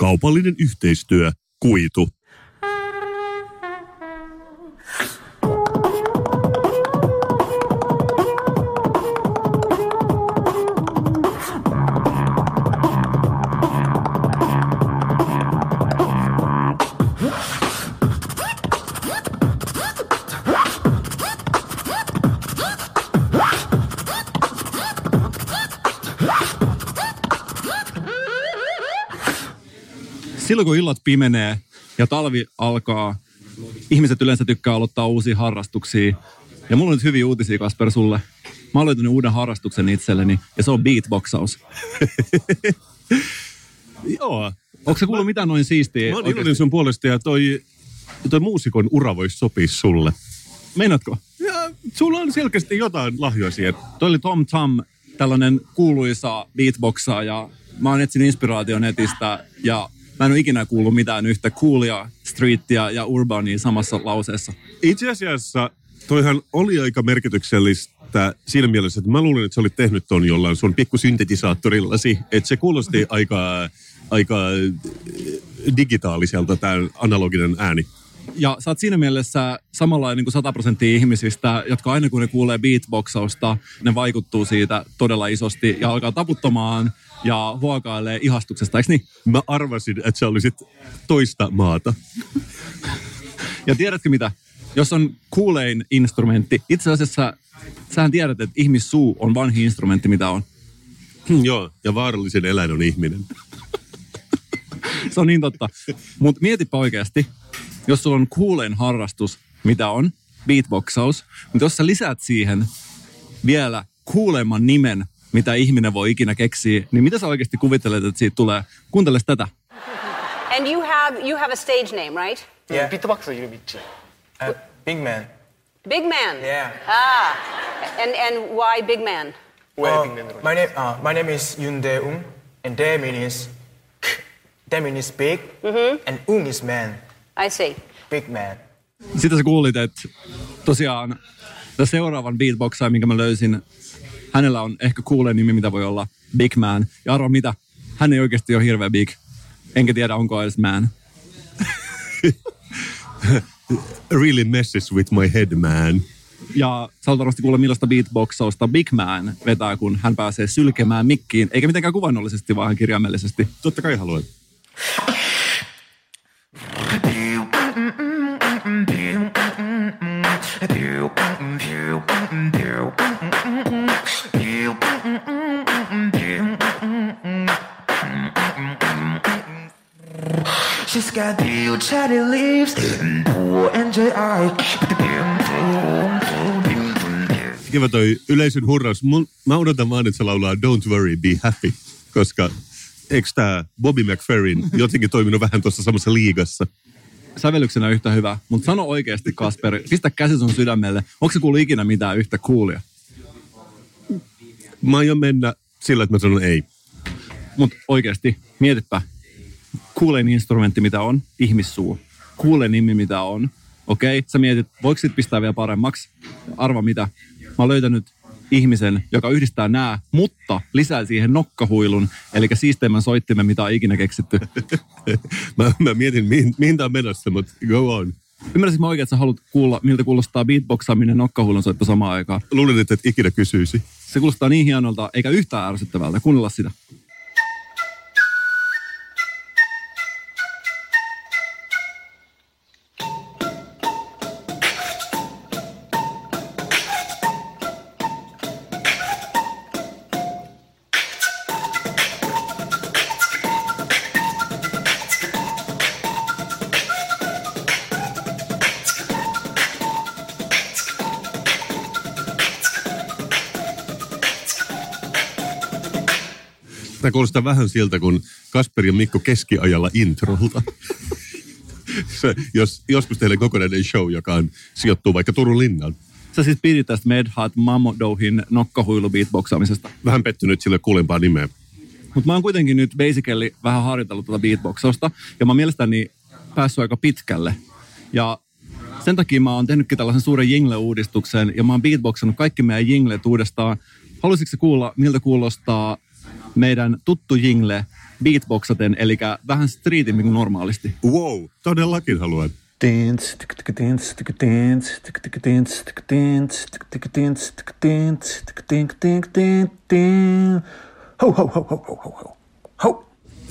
Kaupallinen yhteistyö. Kuitu. Silloin kun illat pimenee ja talvi alkaa, ihmiset yleensä tykkää aloittaa uusia harrastuksia. Ja mulla on nyt hyviä uutisia, Kasper, sulle. Mä oon löytänyt uuden harrastuksen itselleni ja se on beatboxaus. Joo. Onko se kuullut mitään noin siistiä? Mä oon iloinen sun puolesta ja toi muusikon ura voisi sopia sulle. Meinaatko? Ja sulla on selkeästi jotain lahjoja siihen. Toi oli Tom Tam, tällainen kuuluisa beatboxaaja. Mä oon etsin inspiraatio netistä ja mä en ole ikinä kuullut mitään yhtä coolia, streetia ja urbania samassa lauseessa. Itse asiassa toihan oli aika merkityksellistä siinä mielessä, että mä luulin, että sä olit tehnyt ton jollain sun pikkusyntetisaattorillasi. Että se kuulosti aika digitaaliselta tää analoginen ääni. Ja sä oot siinä mielessä samanlainen kuin 100% ihmisistä, jotka aina kun ne kuulee beatboxausta, ne vaikuttuu siitä todella isosti ja alkaa taputtamaan ja huokailee ihastuksesta, eikö niin? Mä arvasin, että sä olisit toista maata. Ja tiedätkö mitä? Jos on kuulein instrumentti, itse asiassa sähän tiedät, että ihmissuu on vanhin instrumentti, mitä on. Joo, ja vaarallisen eläin on ihminen. Se on niin totta. Mutta mietipä oikeasti, jos sulla on kuulein harrastus, mitä on, beatboxaus, mutta jos sä lisäät siihen vielä kuuleimman nimen, mitä ihminen voi ikinä keksiä, niin mitä sä oikeasti kuvittelet, että siitä tulee? Kuunteles tätä. And you have a stage name, right? Yeah. 비트박스 이름 있지. Big Man. Big Man. Yeah. Ah. And why Big Man? 왜 Big Man으로? My name is Yoon Dae-ung, and Dae means big, and Ung is man. I see. Big Man. Sitten sä kuulit, että tosiaan seuraavan beatboxaajan, minkä mä löysin, hänellä on ehkä kuulein nimi, mitä voi olla Big Man. Ja arvaa mitä? Hän ei oikeasti ole hirveä big. Enkä tiedä, onko edes man. Really messes with my head, man. Ja sä haluat varmasti kuulla, millaista beatboxausta Big Man vetää, kun hän pääsee sylkemään mikkiin. Eikä mitenkään kuvannollisesti, vaan kirjaimellisesti. Totta kai haluan. She's got blue cherry lips and your eye. Kiva toi yleisön hurraus. Mä odotan vaan, että se laulaa Don't Worry, Be Happy. Koska eikö tää Bobby McFerrin jotenkin toiminut vähän tuossa samassa liigassa? Sävellyksenä yhtä hyvä, mutta sano oikeasti, Kasper, pistä käsi sun sydämelle. Onko se kuullut ikinä mitään yhtä coolia? Mä aion mennä sillä, että mä sanon ei. Mutta oikeasti, mietipä. Kuulein instrumentti, mitä on, ihmissuu. Kuulein nimi, mitä on. Okei, sä mietit, voiko sit pistää vielä paremmaksi? Arva mitä? Mä oon löytänyt ihmisen, joka yhdistää nää, mutta lisää siihen nokkahuilun, eli siisteimmän soittimen, mitä on ikinä keksitty. mä mietin, mihin tää on menossa, mutta go on. Ymmärrätkö mä oikein, että sä haluat kuulla, miltä kuulostaa beatboxaaminen nokkahuilun soitto samaan aikaan? Luulin, että et ikinä kysyisi. Se kuulostaa niin hienolta, eikä yhtään ärsyttävältä. Kuunnella sitä. Tämä kuulostaa vähän siltä, kun Kasper ja Mikko keskiajalla introlta. Jos joskus teille kokonainen show, joka sijoittuu vaikka Turun linnaan. Sä siis pidit tästä Medhat Mamodohin nokkahuilu beatboxaamisesta. Vähän pettynyt sille kuulempaa nimeä. Mutta mä oon kuitenkin nyt basically vähän harjoitellut tuota beatboxausta. Ja mä oon mielestäni päässyt aika pitkälle. Ja sen takia mä oon tehnytkin tällaisen suuren jingle-uudistuksen. Ja mä oon beatboxannut kaikki meidän jinglet uudestaan. Haluaisitko kuulla, miltä kuulostaa meidän tuttu jingle beatboxaten, eli vähän streetimmin kuin normaalisti. Wow, todellakin haluan. Ho, ho, ho, ho, ho, ho, ho.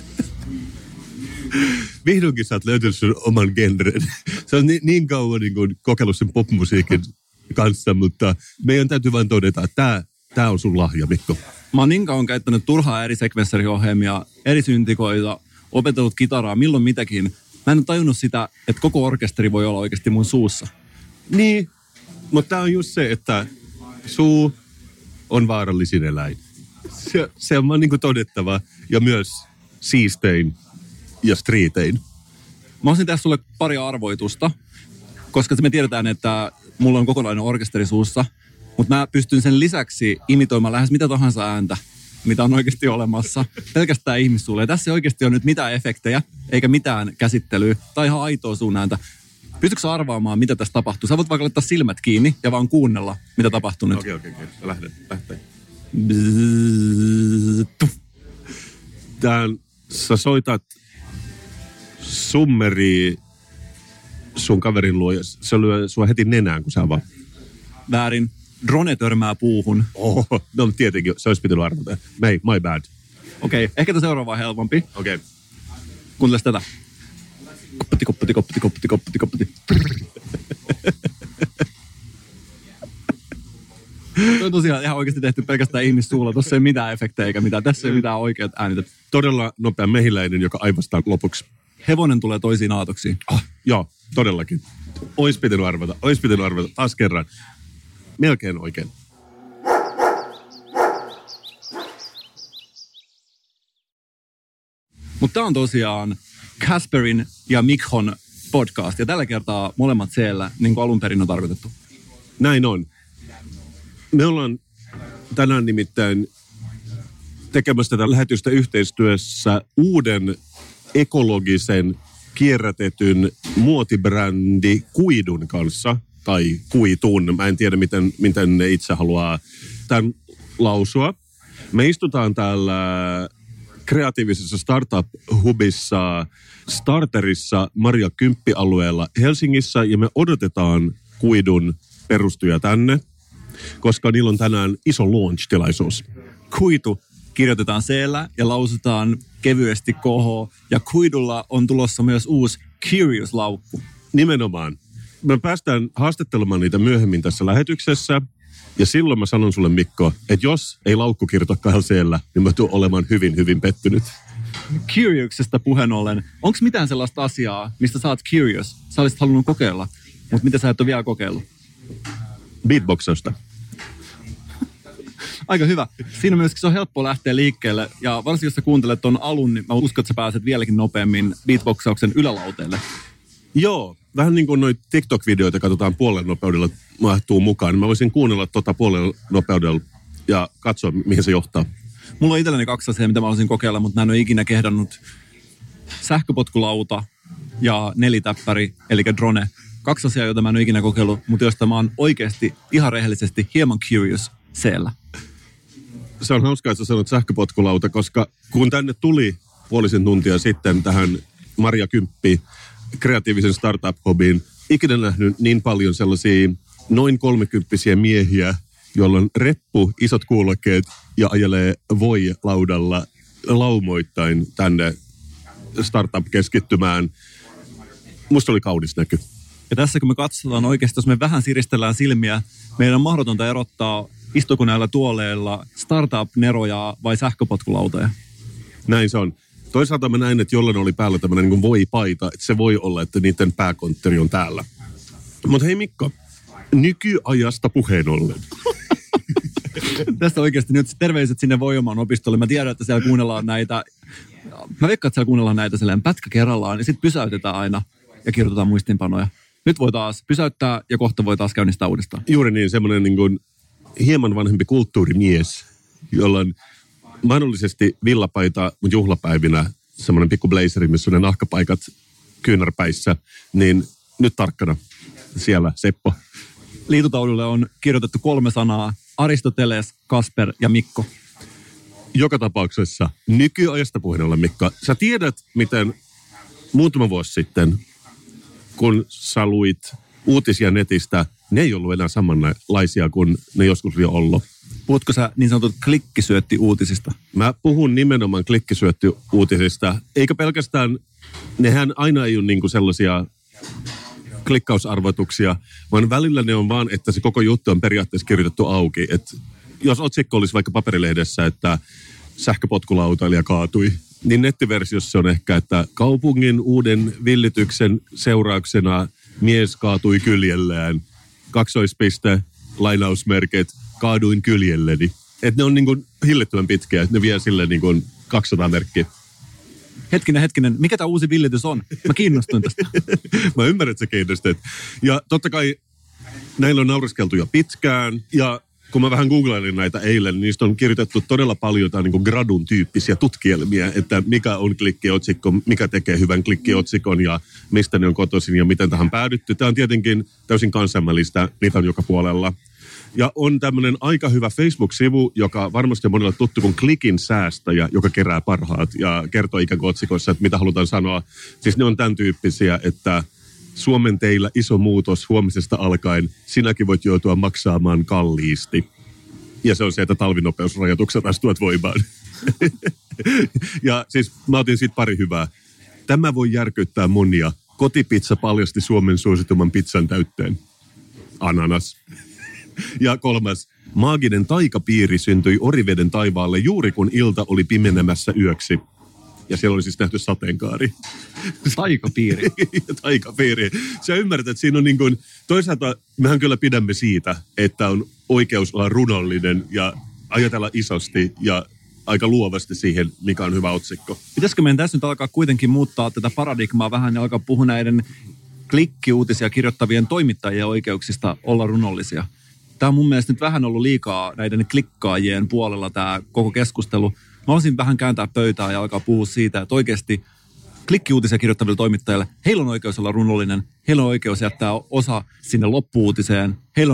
Vihdoinkin sä oot löytänyt sun oman genren. Se on niin kauan niin kuin kokeillut sen popmusiikin kanssa, mutta meidän täytyy vain todeta, että tää on sun lahja, Mikko. Mä oon niin kauan käyttänyt turhaa eri sekvenssariohjelmia, eri syntikoita, opetellut kitaraa, milloin mitäkin. Mä en ole tajunnut sitä, että koko orkesteri voi olla oikeasti mun suussa. Niin, mutta tää on just se, että suu on vaarallisin eläin. Se on vaan niin kuin todettava ja myös siistein ja striitein. Mä olisin tehdä sulle pari arvoitusta, koska me tiedetään, että mulla on kokonainen orkesteri suussa, mutta mä pystyn sen lisäksi imitoimaan lähes mitä tahansa ääntä, mitä on oikeasti olemassa, pelkästään ihmissuulle. Ja tässä ei oikeasti ole nyt mitään efektejä, eikä mitään käsittelyä, tai ihan aitoa suun ääntä. Pystytkö sä arvaamaan, mitä tässä tapahtuu? Sä voit vaikka laittaa silmät kiinni ja vaan kuunnella, mitä tapahtuu nyt. Okei. Lähtee. Sä soitat summeri sun kaverin luo ja se lyö sua heti nenään, kun sä vaan. Väärin. Drone törmää puuhun. No tietenkin, se olisi pitänyt arvata. My bad. Okei, ehkä tämä seuraava on helpompi. Okei. Kuunteles tätä. Koppati. Tuo on tosiaan ihan oikeasti tehty pelkästään ihmissuulla. Tuossa ei mitään efektejä eikä mitään. Tässä ei mitään oikeat äänitet. Todella nopea mehiläinen, joka aivastaa lopuksi. Hevonen tulee toisiin aatoksiin. Joo, todellakin. Ois pitänyt arvata. Taas kerran. Melkein oikein. Mutta tämä on tosiaan Casperin ja Mikhon podcast. Ja tällä kertaa molemmat siellä, niin kuin alun perin on tarkoitettu. Näin on. Me ollaan tänään nimittäin tekemässä tätä lähetystä yhteistyössä uuden ekologisen kierrätetyn muotibrändi Kuidun kanssa. Tai Kuitun. Mä en tiedä, miten ne itse haluaa tämän lausua. Me istutaan täällä kreatiivisessa startup-hubissa Starterissa Maria Kymppi-alueella Helsingissä ja me odotetaan Kuidun perustuja tänne, koska niillä on tänään iso launch-tilaisuus. Kuitu kirjoitetaan siellä ja lausutaan kevyesti KH. Ja Kuidulla on tulossa myös uusi Curious-laukku. Nimenomaan. Me päästään haastattelemaan niitä myöhemmin tässä lähetyksessä. Ja silloin mä sanon sulle, Mikko, että jos ei laukku kirjoitakaan siellä, niin mä tuun olemaan hyvin, hyvin pettynyt. Curiousesta puheen ollen. Onko mitään sellaista asiaa, mistä sä oot curious? Sä olisit halunnut kokeilla, mutta mitä sä et ole vielä kokeillut? Beatboxausta. Aika hyvä. Siinä myöskin se on helppo lähteä liikkeelle. Ja varsinkin jos sä kuuntelet ton alun, niin mä uskon, että sä pääset vieläkin nopeammin beatboxauksen ylälauteelle. Joo, vähän niin kuin noita TikTok-videoita katsotaan puolen nopeudella mahtuu mukaan. Mä voisin kuunnella puolen nopeudella ja katsoa, mihin se johtaa. Mulla on itselleni 2 asiaa, mitä mä olisin kokeilla, mutta mä en ole ikinä kehdannut. Sähköpotkulauta ja nelitäppäri, eli drone. 2 asiaa, joita mä en ole ikinä kokeillut, mutta joista mä oon oikeasti ihan rehellisesti hieman curious siellä. Se on hauskaa, että sä sanot sähköpotkulauta, koska kun tänne tuli puolisen tuntia sitten tähän Maria Kymppi kreatiivisen startup-hobiin, ikinä nähnyt niin paljon sellaisia noin 30-vuotiaita miehiä, joilla on reppu, isot kuulokkeet ja ajelee voi-laudalla laumoittain tänne startup-keskittymään. Musta oli kaunis näky. Ja tässä kun me katsotaan oikeasti, jos me vähän siristellään silmiä, meidän on mahdotonta erottaa istukoneella tuoleilla startup-neroja vai sähköpotkulautoja. Näin se on. Toisaalta mä näin, että jollain oli päällä tämmöinen niin kuin voi-paita, että se voi olla, että niiden pääkonttori on täällä. Mutta hei Mikko, nykyajasta puheen ollen. Tässä oikeasti nyt terveiset sinne Voimaan opistolle. Mä tiedän, että siellä kuunnellaan näitä. Mä veikkaan, että siellä kuunnellaan näitä silleen pätkä kerrallaan ja sitten pysäytetään aina ja kirjoitetaan muistinpanoja. Nyt voi taas pysäyttää ja kohta voi taas käynnistää uudestaan. Juuri niin, semmoinen niin kuin hieman vanhempi kulttuurimies, jolla on mahdollisesti villapaita, mutta juhlapäivinä semmoinen pikku blazeri, missä on ne nahkapaikat kyynärpäissä, niin nyt tarkkana siellä Seppo. Liitutaululle on kirjoitettu 3 sanaa, Aristoteles, Kasper ja Mikko. joka tapauksessa nykyajasta puheen ollen, Mikko, sä tiedät, miten muutama vuosi sitten, kun sä luit uutisia netistä, ne ei ollut enää samanlaisia kuin ne joskus oli ollut. Puhutko sä niin sanotut klikkisyötti-uutisista? Mä puhun nimenomaan klikkisyötti-uutisista, eikä pelkästään, nehän aina ei ole niinku sellaisia klikkausarvoituksia, vaan välillä ne on vaan, että se koko juttu on periaatteessa kirjoitettu auki. Et jos otsikko olisi vaikka paperilehdessä, että sähköpotkulautailija kaatui, niin nettiversiossa on ehkä, että kaupungin uuden villityksen seurauksena mies kaatui kyljellään. Kaksoispiste, lainausmerkit, kaaduin kyljelleni. Että ne on niin kuin hillittömän pitkiä, että ne vie sille niin kuin 200 merkkiä. Hetkinen, mikä tämä uusi villitys on? Mä kiinnostuin tästä. Mä ymmärrän, että sä kiinnostut. Ja totta kai näillä on naureskeltu jo pitkään. Ja kun mä vähän googlailin näitä eilen, niin niistä on kirjoitettu todella paljon jotain niin kuin gradun tyyppisiä tutkielmia, että mikä on klikkiotsikko, mikä tekee hyvän klikkiotsikon ja mistä ne on kotoisin ja miten tähän päädytty. Tämä on tietenkin täysin kansainvälistä, niitä on joka puolella. Ja on tämmöinen aika hyvä Facebook-sivu, joka varmasti on monella tuttu kuin Klikin säästäjä, joka kerää parhaat ja kertoo ikään kuin otsikoissa, että mitä halutaan sanoa. Siis ne on tämän tyyppisiä, että Suomen teillä iso muutos huomisesta alkaen, sinäkin voit joutua maksaamaan kalliisti. Ja se on se, että talvinopeusrajoitukset astuvat voimaan. Ja siis mä otin siitä pari hyvää. Tämä voi järkyttää monia. Kotipizza paljasti Suomen suosituman pizzan täytteen. Ananas. Ja 3. Maaginen taikapiiri syntyi Oriveden taivaalle juuri kun ilta oli pimenemässä yöksi. Ja siellä oli siis nähty sateenkaari. Taikapiiri. Taikapiiri. Sä ymmärrät, että siinä on niin kuin, toisaalta mehän kyllä pidämme siitä, että on oikeus olla runollinen ja ajatella isosti ja aika luovasti siihen, mikä on hyvä otsikko. Pitäisikö meidän tässä nyt alkaa kuitenkin muuttaa tätä paradigmaa vähän ja alkaa puhua näiden klikkiuutisia kirjoittavien toimittajien oikeuksista olla runollisia? Tämä on mun mielestä nyt vähän ollut liikaa näiden klikkaajien puolella tämä koko keskustelu. Mä olisin vähän kääntää pöytää ja alkaa puhua siitä, että oikeasti klikkiuutisia kirjoittaville toimittajille, heillä on oikeus olla runollinen, heillä on oikeus jättää osa sinne loppuutiseen, heillä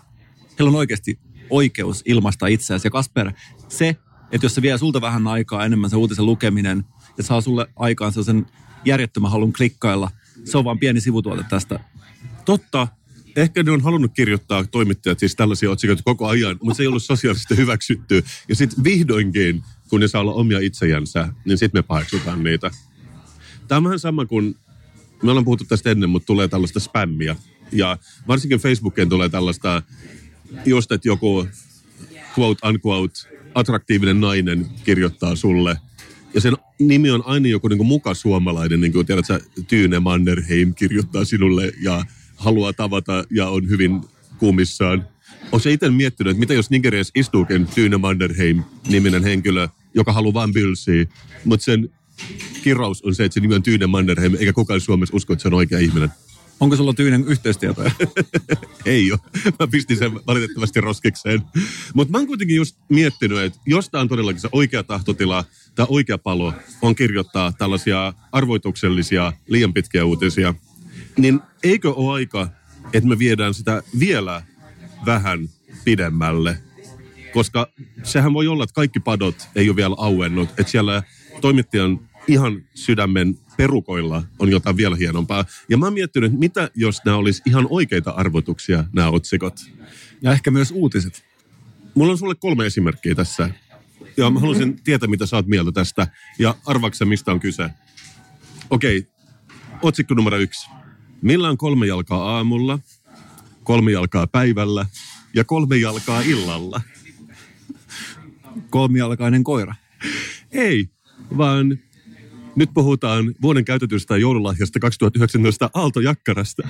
on oikeasti oikeus ilmaista itseäsi. Ja Kasper, se, että jos se vie sulta vähän aikaa enemmän se uutisen lukeminen ja saa sulle aikaan sellaisen järjettömän halun klikkailla, se on vaan pieni sivutuote tästä. Totta. Ehkä ne on halunnut kirjoittaa toimittajat siis tällaisia otsikoita koko ajan, mutta se ei ollut sosiaalisesti hyväksytty. Ja sitten vihdoinkin, kun ne saa olla omia itsejänsä, niin sitten me paheksutaan niitä. Tämä on vähän sama kuin, me ollaan puhuttu tästä ennen, mutta tulee tällaista spämmiä. Ja varsinkin Facebookeen tulee tällaista, just että joku quote unquote attraktiivinen nainen kirjoittaa sulle. Ja sen nimi on aina joku niin kuin muka suomalainen, niin kuin tiedät sä, Tyyne Mannerheim kirjoittaa sinulle ja haluaa tavata ja on hyvin kuumissaan. Oletko sä itse miettinyt, että mitä jos Nigeriassa istuukin Tyyne Mannerheim-niminen henkilö, joka haluaa vaan bylsiä, mutta sen kirjaus on se, että se nimi on Tyyne Mannerheim, eikä kukaan Suomessa usko, että se on oikea ihminen. Onko sulla Tyynen yhteystietoja? Ei ole. Mä pistin sen valitettavasti roskikseen. Mutta mä oon kuitenkin just miettinyt, että jos tää on todellakin se oikea tahtotila, tämä oikea palo on kirjoittaa tällaisia arvoituksellisia, liian pitkiä uutisia, niin eikö ole aika, että me viedään sitä vielä vähän pidemmälle? Koska sehän voi olla, että kaikki padot ei ole vielä auennut, että siellä toimittajan ihan sydämen perukoilla on jotain vielä hienompaa. Ja mä oon miettinyt, että mitä jos nämä olisi ihan oikeita arvotuksia, nämä otsikot. Ja ehkä myös uutiset. Mulla on sulle 3 esimerkkiä tässä. Ja mä haluaisin tietää, mitä sä oot mieltä tästä. Ja arvaatko mistä on kyse? Okei, otsikko numero 1. Millä on 3 jalkaa aamulla, 3 jalkaa päivällä ja 3 jalkaa illalla? 3-jalkainen koira. Ei, vaan nyt puhutaan vuoden käytetystä joululahjasta 2019 Aalto-jakkarasta.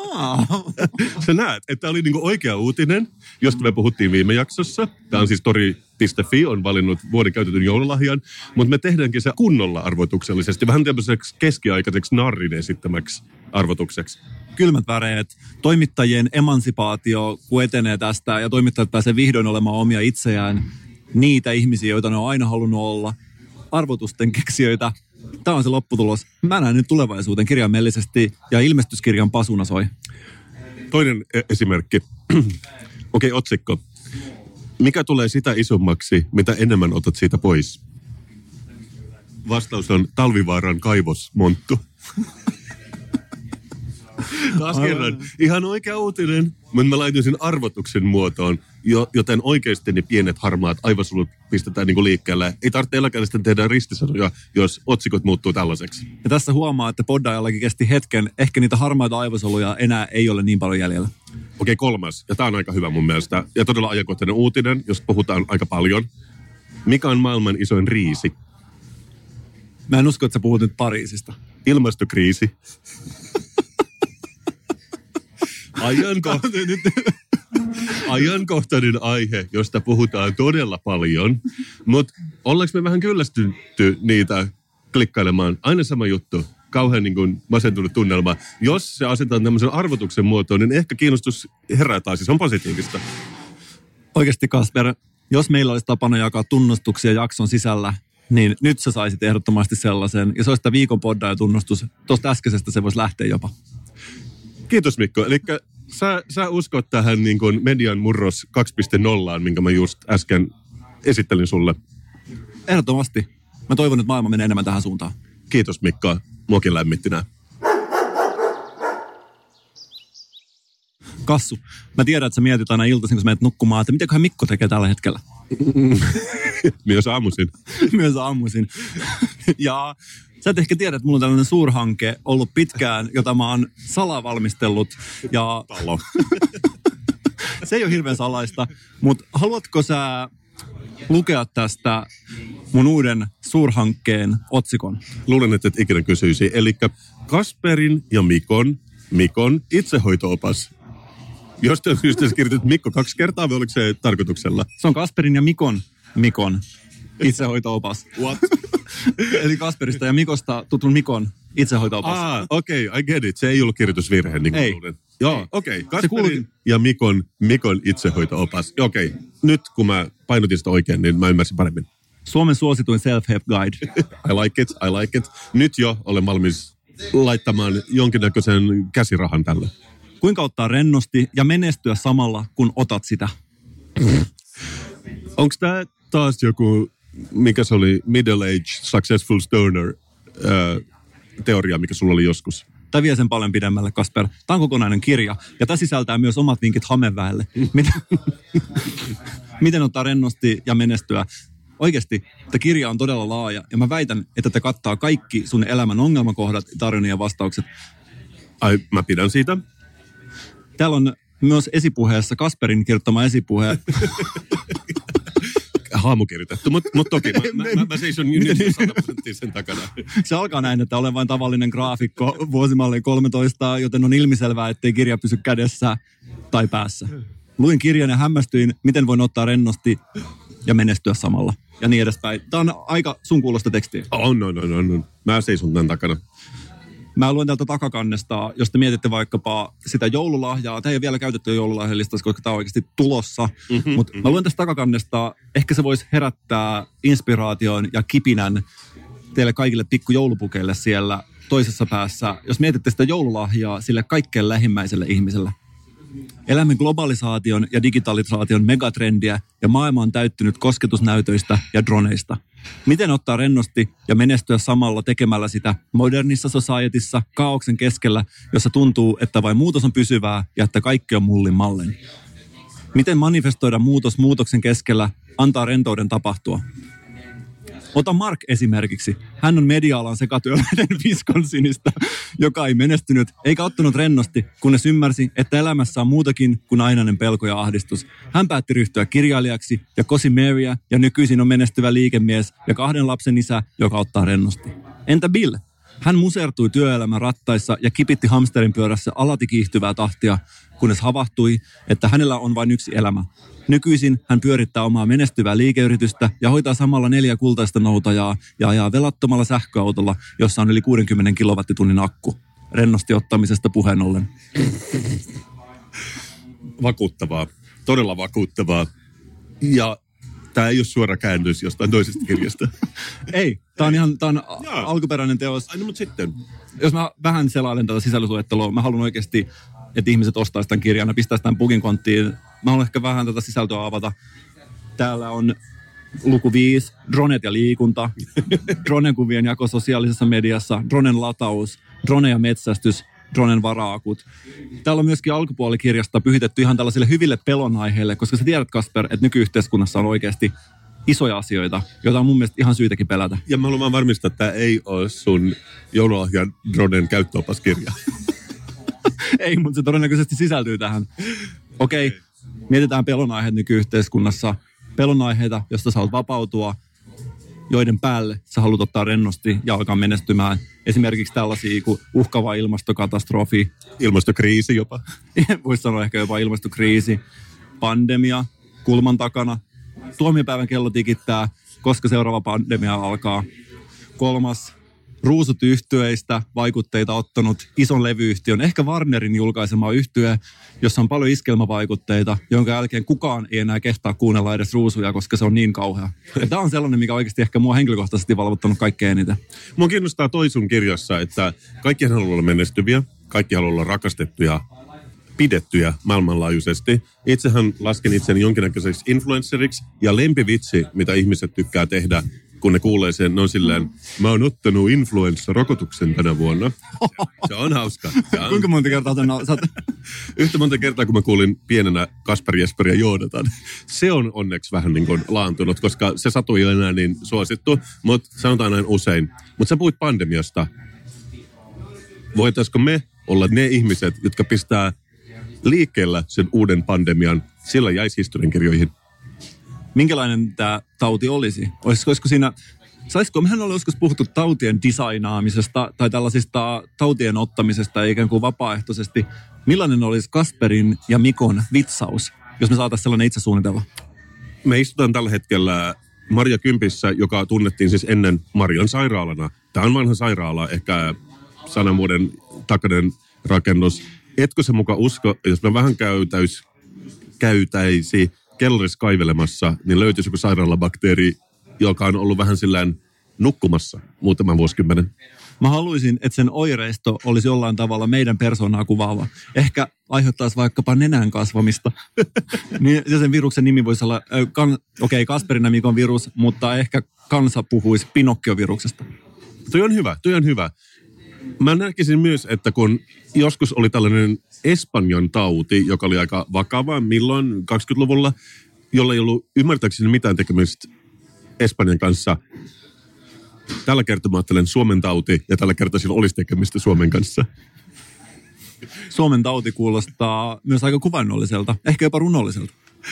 Sä näet, että tämä oli niinku oikea uutinen, josta me puhuttiin viime jaksossa. Tämä on siis tori.fi on valinnut vuoden käytetyn joululahjan, mutta me tehdäänkin se kunnolla arvotuksellisesti, vähän tämmöiseksi keskiaikaiseksi narrin esittämäksi arvotukseksi. Kylmät väreet, toimittajien emansipaatio, kun etenee tästä ja toimittajat pääsee vihdoin olemaan omia itseään, niitä ihmisiä, joita ne on aina halunnut olla, arvotusten keksijöitä. Tämä on se lopputulos. Mä näen nyt tulevaisuuden kirjaimellisesti ja ilmestyskirjan pasuna soi. Toinen esimerkki. Okei, otsikko. Mikä tulee sitä isommaksi, mitä enemmän otat siitä pois? Vastaus on Talvivaaran kaivosmonttu. Taas kerran, ihan oikea uutinen, mutta mä laitoin sen arvotuksen muotoon, joten oikeasti ne pienet harmaat aivosolut pistetään niinku liikkeelle. Ei tarvitse eläkällisten tehdä ristisanoja, jos otsikot muuttuu tällaiseksi. Ja tässä huomaa, että poddaajallakin kesti hetken. Ehkä niitä harmaita aivosoluja enää ei ole niin paljon jäljellä. Okei, 3. Ja tää on aika hyvä mun mielestä. Ja todella ajankohtainen uutinen, jos puhutaan aika paljon. Mikä on maailman isoin riisi? Mä en usko, että sä puhut nyt Pariisista. Ilmastokriisi. Ajankohtainen aihe, josta puhutaan todella paljon, mutta ollaanko me vähän kyllästytty niitä klikkailemaan? Aina sama juttu, kauhean niin kuin masentunut tunnelma. Jos se asetetaan tämmöisen arvotuksen muotoon, niin ehkä kiinnostus herää taas, se on positiivista. Oikeasti Kasper, jos meillä olisi tapana jakaa tunnustuksia jakson sisällä, niin nyt sä saisit ehdottomasti sellaisen. Ja se olisi tämä viikon poddaaja-tunnustus. Tuosta äskeisestä se voisi lähteä jopa. Kiitos Mikko. Eli sä uskot tähän niin kuin median murros 2.0, minkä mä just äsken esittelin sulle. Ehdottomasti. Mä toivon, että maailma menee enemmän tähän suuntaan. Kiitos Mikko. Muakin lämmitti nää. Kassu, mä tiedän, että sä mietit aina iltaisin, kun sä menet nukkumaan, että mitäköhän Mikko tekee tällä hetkellä. Myös aamuisin. Myös aamuisin. Ja sä et ehkä tiedä, että mulla on tällainen suurhanke ollut pitkään, jota mä oon salavalmistellut. Ja Talo. se ei ole hirveän salaista, mutta haluatko sä lukea tästä mun uuden suurhankkeen otsikon? Luulen, että et ikinä kysyisi. Eli Kasperin ja Mikon itsehoito-opas. Jostain syystä sä kirjoitit Mikko 2 kertaa, vai oliko se tarkoituksella? Se on Kasperin ja Mikon itsehoito-opas. What? Eli Kasperista ja Mikosta tutun Mikon itsehoito-opas. Okei, I get it. Se ei ollut kirjoitusvirhe, niin kuin ei. luulen. Joo, okei. Kasperin ja Mikon itsehoito-opas. Okei. Nyt kun mä painotin sitä oikein, niin mä ymmärsin paremmin. Suomen suosituin self-help guide. I like it. Nyt jo olen valmis laittamaan jonkinnäköisen käsirahan tälle. Kuinka ottaa rennosti ja menestyä samalla, kun otat sitä? Onko tämä taas joku, mikä se oli, middle-age successful stoner teoria, mikä sulla oli joskus? Tämä vie sen paljon pidemmälle, Kasper. Tämä on kokonainen kirja, ja tämä sisältää myös omat vinkit hameväelle. Miten ottaa rennosti ja menestyä? Oikeasti, tämä kirja on todella laaja, ja mä väitän, että tämä kattaa kaikki sun elämän ongelmakohdat, tarjonnan ja vastaukset. Ai, mä pidän siitä. Täällä on myös esipuheessa Kasperin kirjoittama esipuhe. Haamukirjoitettu, mutta toki mä seison nyt 100% sen takana. Se alkaa näin, että olen vain tavallinen graafikko vuosimalli 13, joten on ilmiselvää, ettei kirja pysy kädessä tai päässä. Luin kirjan ja hämmästyin, miten voin ottaa rennosti ja menestyä samalla. Ja niin edespäin. Tämä on aika sun kuulosta tekstiä. On. Mä seison tämän takana. Mä luen täältä takakannesta, jos te mietitte vaikkapa sitä joululahjaa. Tämä ei ole vielä käytetty joululahjalistassa, koska tämä on oikeasti tulossa. Mutta mä luen tästä takakannesta, ehkä se voisi herättää inspiraation ja kipinän teille kaikille pikku joulupukeille siellä toisessa päässä. Jos mietitte sitä joululahjaa sille kaikkein lähimmäiselle ihmiselle. Elämme globalisaation ja digitalisaation megatrendiä ja maailma on täyttynyt kosketusnäytöistä ja droneista. Miten ottaa rennosti ja menestyä samalla tekemällä sitä modernissa societyssa kaaoksen keskellä, jossa tuntuu, että vain muutos on pysyvää ja että kaikki on mullin mallin? Miten manifestoida muutos muutoksen keskellä, antaa rentouden tapahtua? Ota Mark esimerkiksi. Hän on media-alan sekatyöläinen Wisconsinista, joka ei menestynyt eikä ottanut rennosti, kunnes ymmärsi, että elämässä on muutakin kuin ainainen pelko ja ahdistus. Hän päätti ryhtyä kirjailijaksi ja kosi Maryä ja nykyisin on menestyvä liikemies ja 2 lapsen isä, joka ottaa rennosti. Entä Bill? Hän musertui työelämän rattaissa ja kipitti hamsterin pyörässä alati kiihtyvää tahtia, kunnes havahtui, että hänellä on vain yksi elämä. Nykyisin hän pyörittää omaa menestyvää liikeyritystä ja hoitaa samalla 4 kultaista noutajaa ja ajaa velattomalla sähköautolla, jossa on yli 60 kilowattitunnin akku. Rennosti ottamisesta puheen ollen. Vakuuttavaa. Todella vakuuttavaa. Ja tämä ei ole suora käännös jostain toisesta kirjasta. Ei, tämä on alkuperäinen teos. Ai no, mutta sitten. Jos mä vähän selailen tätä sisällysluetteloa, mä haluan oikeasti, että ihmiset ostaisivat tämän kirjan ja pistäisivät tämän bugin konttiin. Mä haluan ehkä vähän tätä sisältöä avata. Täällä on luku 5, dronet ja liikunta, dronekuvien jako sosiaalisessa mediassa, dronen lataus, drone ja metsästys, dronen varaakut. Täällä on myöskin alkupuolikirjasta pyhitetty ihan tällaisille hyville pelonaiheille, koska sä tiedät, Kasper, että nykyyhteiskunnassa on oikeasti isoja asioita, joita on mun mielestä ihan syytäkin pelätä. Ja mä haluan vaan varmistaa, että tämä ei ole sun joululahjan dronen käyttöopaskirja. Ei, mutta se todennäköisesti sisältyy tähän. Okei, mietitään pelonaiheet nykyyhteiskunnassa. Pelonaiheita, josta sä haluat vapautua, joiden päälle sä haluat ottaa rennosti ja alkaa menestymään. Esimerkiksi tällaisia kuin uhkava ilmastokatastrofi. Ilmastokriisi jopa. Voisi sanoa ehkä jopa ilmastokriisi. Pandemia, kulman takana. Tuomiopäivän kello tikittää, koska seuraava pandemia alkaa. 3. Ruusut yhtyeistä vaikutteita ottanut ison levyyhtiön, ehkä Warnerin julkaisema yhtye, jossa on paljon iskelmävaikutteita, jonka jälkeen kukaan ei enää kehtaa kuunnella edes ruusuja, koska se on niin kauhea. Ja tämä on sellainen, mikä oikeasti ehkä mua henkilökohtaisesti valvottanut kaikkein eniten. Mua kiinnostaa toi sun kirjassa, että kaikki haluaa olla menestyviä, kaikki haluaa olla rakastettuja, pidettyjä maailmanlaajuisesti. Itsehän lasken itseni jonkinnäköiseksi influenceriksi ja lempivitsi, mitä ihmiset tykkää tehdä, kun ne kuulee sen, ne on silleen, mä oon ottanut influenssarokotuksen tänä vuonna. Se on hauska. Kuinka monta kertaa sä Yhtä monta kertaa, kun mä kuulin pienenä Kasper, Jesper ja Joonatan. Se on onneksi vähän niin kuin laantunut, koska se satu ei ole enää niin suosittu, mutta sanotaan näin usein. Mutta sä puhuit pandemiasta. Voitaisiko me olla ne ihmiset, jotka pistää liikkeellä sen uuden pandemian, sillä jäisi historiankirjoihin? Minkälainen tämä tauti olisi? Olisiko siinä, mehän ollaan joskus puhuttu tautien designaamisesta tai tällaisista tautien ottamisesta ikään kuin vapaaehtoisesti. Millainen olisi Kasperin ja Mikon vitsaus, jos me saataisiin sellainen itse suunnitella? Me istutaan tällä hetkellä Marja Kympissä, joka tunnettiin siis ennen Marjan sairaalana. Tämä on vanha sairaala, ehkä 100 vuoden takainen rakennus. Etkö se muka usko, jos me vähän käytäisi kellorissa kaivelemassa, niin löytyisi joku sairaalabakteeri, joka on ollut vähän sillään nukkumassa muutaman vuosikymmenen. Mä haluaisin, että sen oireisto olisi jollain tavalla meidän persoonaa kuvaava. Ehkä aiheuttaisi vaikkapa nenän kasvamista. Niin, ja sen viruksen nimi voisi olla, Kasperin ja Mikon virus, mutta ehkä kansa puhuisi Pinokkio-viruksesta. Toi on hyvä. Mä näkisin myös, että kun joskus oli tällainen Espanjan tauti, joka oli aika vakava, milloin 20-luvulla, jolla ei ollut ymmärtääkseni mitään tekemistä Espanjan kanssa. Tällä kertaa mä ajattelen Suomen tauti, ja tällä kertaa sillä olisi tekemistä Suomen kanssa. Suomen tauti kuulostaa myös aika kuvainnolliselta, ehkä jopa runolliselta.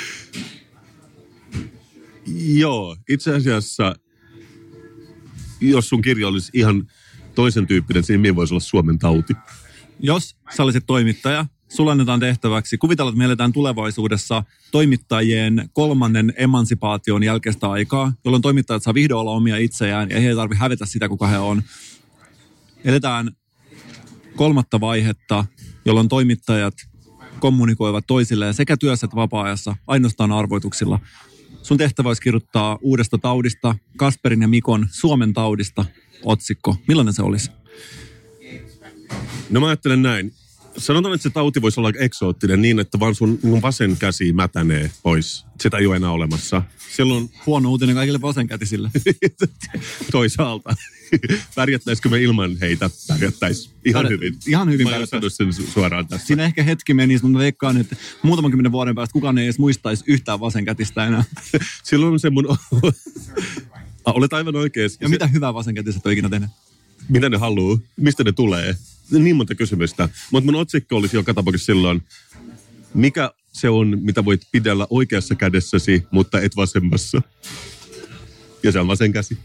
Joo, itse asiassa, jos sun kirja olisi ihan toisen tyyppinen, siinä nimi voisi olla Suomen tauti. Jos sä olisit toimittaja, sulla annetaan tehtäväksi. Kuvitellaan, että me eletään tulevaisuudessa toimittajien 3. emansipaation jälkeistä aikaa, jolloin toimittajat saa vihdoin olla omia itseään ja he ei tarvitse hävetä sitä, kuka he on. Eletään 3. vaihetta, jolloin toimittajat kommunikoivat toisilleen sekä työssä että vapaa-ajassa ainoastaan arvoituksilla. Sun tehtävä olisi kirjoittaa uudesta taudista, Kasperin ja Mikon Suomen taudista otsikko. Millainen se olisi? No mä ajattelen näin. Sanotaan, että se tauti voisi olla eksoottinen niin, että vaan sun vasen käsi mätänee pois. Sitä ei ole enää olemassa. Silloin huono uutinen kaikille vasenkätisille. Toisaalta. Pärjättäisikö me ilman heitä? Pärjättäisiin ihan hyvin. Ihan hyvin pärjättäisiin. Sen suoraan tässä. Siinä ehkä hetki menisi, mutta veikkaan, että muutaman 10 vuoden päästä kukaan ei edes muistaisi yhtään vasenkätistä enää. Silloin on se mun... Olet aivan oikeassa. Ja mitä hyvää vasenkätiset on ikinä tehnyt? Mitä ne haluaa? Mistä ne tulee? Niin monta kysymystä. Mutta mun otsikko olisi joka tapauksessa silloin, mikä se on, mitä voit pidellä oikeassa kädessäsi, mutta et vasemmassa. Ja se on vasen käsi.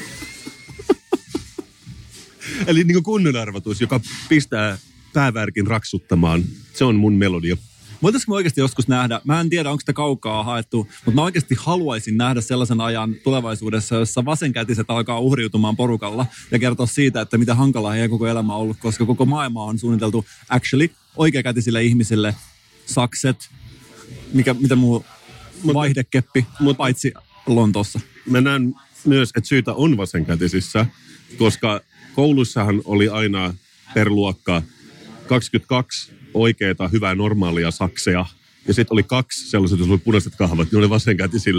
Eli niin kuin kunnanarvoitus, joka pistää päävärkin raksuttamaan. Se on mun melodia. Voitaisiinko me oikeasti joskus nähdä, mä en tiedä onko sitä kaukaa haettu, mutta mä oikeasti haluaisin nähdä sellaisen ajan tulevaisuudessa, jossa vasenkätiset alkaa uhriutumaan porukalla ja kertoa siitä, että mitä hankalaa heidän koko elämä on ollut, koska koko maailma on suunniteltu actually oikeakätisille ihmisille, sakset, mitä muu vaihdekeppi, paitsi Lontoossa. Mä näen myös, että syytä on vasenkätisissä, koska koulussahan oli aina per luokka 22 oikeita, hyvää, normaalia sakseja. Ja sitten oli 2 sellaiset, jos oli punaiset kahvat, niin oli vasenkätisille.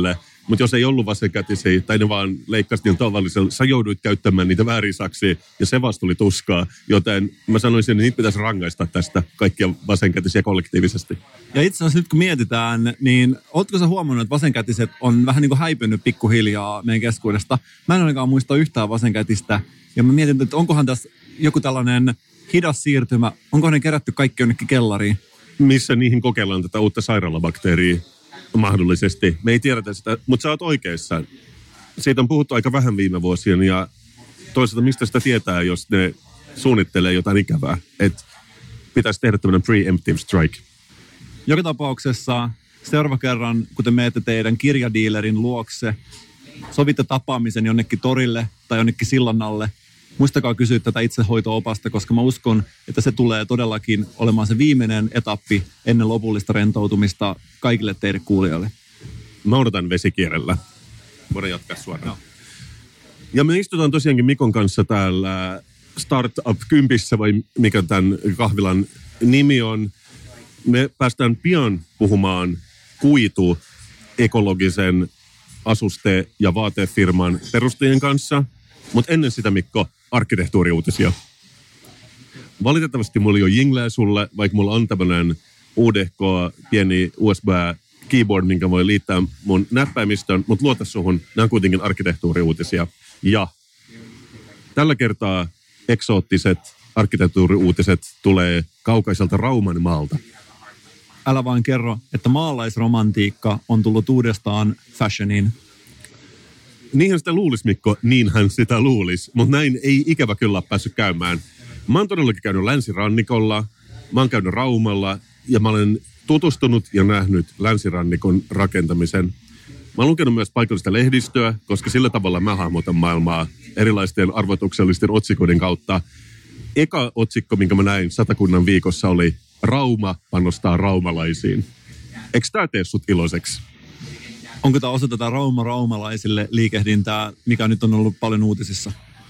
mutta jos ei ollut vasenkätisiä, tai ne vaan leikkasi niillä tavallisella, sä jouduit käyttämään niitä väärin saksia, ja se vasta oli tuskaa. Joten mä sanoisin, että niitä pitäisi rangaista tästä kaikkia vasenkätisiä kollektiivisesti. Ja itse asiassa nyt kun mietitään, niin ootko sä huomannut, että vasenkätiset on vähän niin kuin häipynyt pikkuhiljaa meidän keskuudesta? Mä en ainakaan muista yhtään vasenkätistä, ja mä mietin, että onkohan tässä joku tällainen hidas siirtymä, onkohan ne kerätty kaikki jonnekin kellariin? Missä niihin kokeillaan tätä uutta sairaalabakteeria mahdollisesti. Me ei tiedetä sitä, mutta sä oot oikeassa. Siitä on puhuttu aika vähän viime vuosien ja toisaalta mistä sitä tietää, jos ne suunnittelee jotain ikävää. Että pitäisi tehdä tämmöinen preemptive strike. Joka tapauksessa seuraava kerran, kun te menette teidän kirjadiilerin luokse, sovitte tapaamisen jonnekin torille tai jonnekin sillan alle, muistakaa kysyä tätä itsehoito-opasta, koska mä uskon, että se tulee todellakin olemaan se viimeinen etappi ennen lopullista rentoutumista kaikille teille kuulijoille. Mä odotan vesikierrellä. Voidaan jatkaa suoraan. No. Ja me istutaan tosiaankin Mikon kanssa täällä Startup Kympissä, vai mikä tämän kahvilan nimi on. Me päästään pian puhumaan kuitu ekologisen asuste- ja vaatefirman perustajien kanssa. Mutta ennen sitä, Mikko, arkkitehtuuriuutisia. Valitettavasti mulla ei ole jingleä sulle, vaikka mulla on tämmöinen uudehko pieni USB-keyboard, minkä voi liittää mun näppäimistön, mutta luota suhun, nämä on kuitenkin arkkitehtuuriuutisia. Ja tällä kertaa eksoottiset arkkitehtuuriuutiset tulee kaukaiselta Rauman maalta. Älä vain kerro, että maalaisromantiikka on tullut uudestaan fashioniin. Niinhän sitä luulisi, Mikko, niinhän sitä luulisi, mutta näin ei ikävä kyllä päässyt käymään. Mä oon todellakin käynyt länsirannikolla, mä oon käynyt Raumalla ja mä olen tutustunut ja nähnyt länsirannikon rakentamisen. Mä oon lukenut myös paikallista lehdistöä, koska sillä tavalla mä hahmotan maailmaa erilaisten arvotuksellisten otsikoiden kautta. Eka otsikko, minkä mä näin Satakunnan viikossa oli Rauma panostaa raumalaisiin. Eikö tää tee sut iloiseksi? Onko tämä osa tätä raumalaisille liikehdintää, mikä nyt on ollut paljon uutisissa?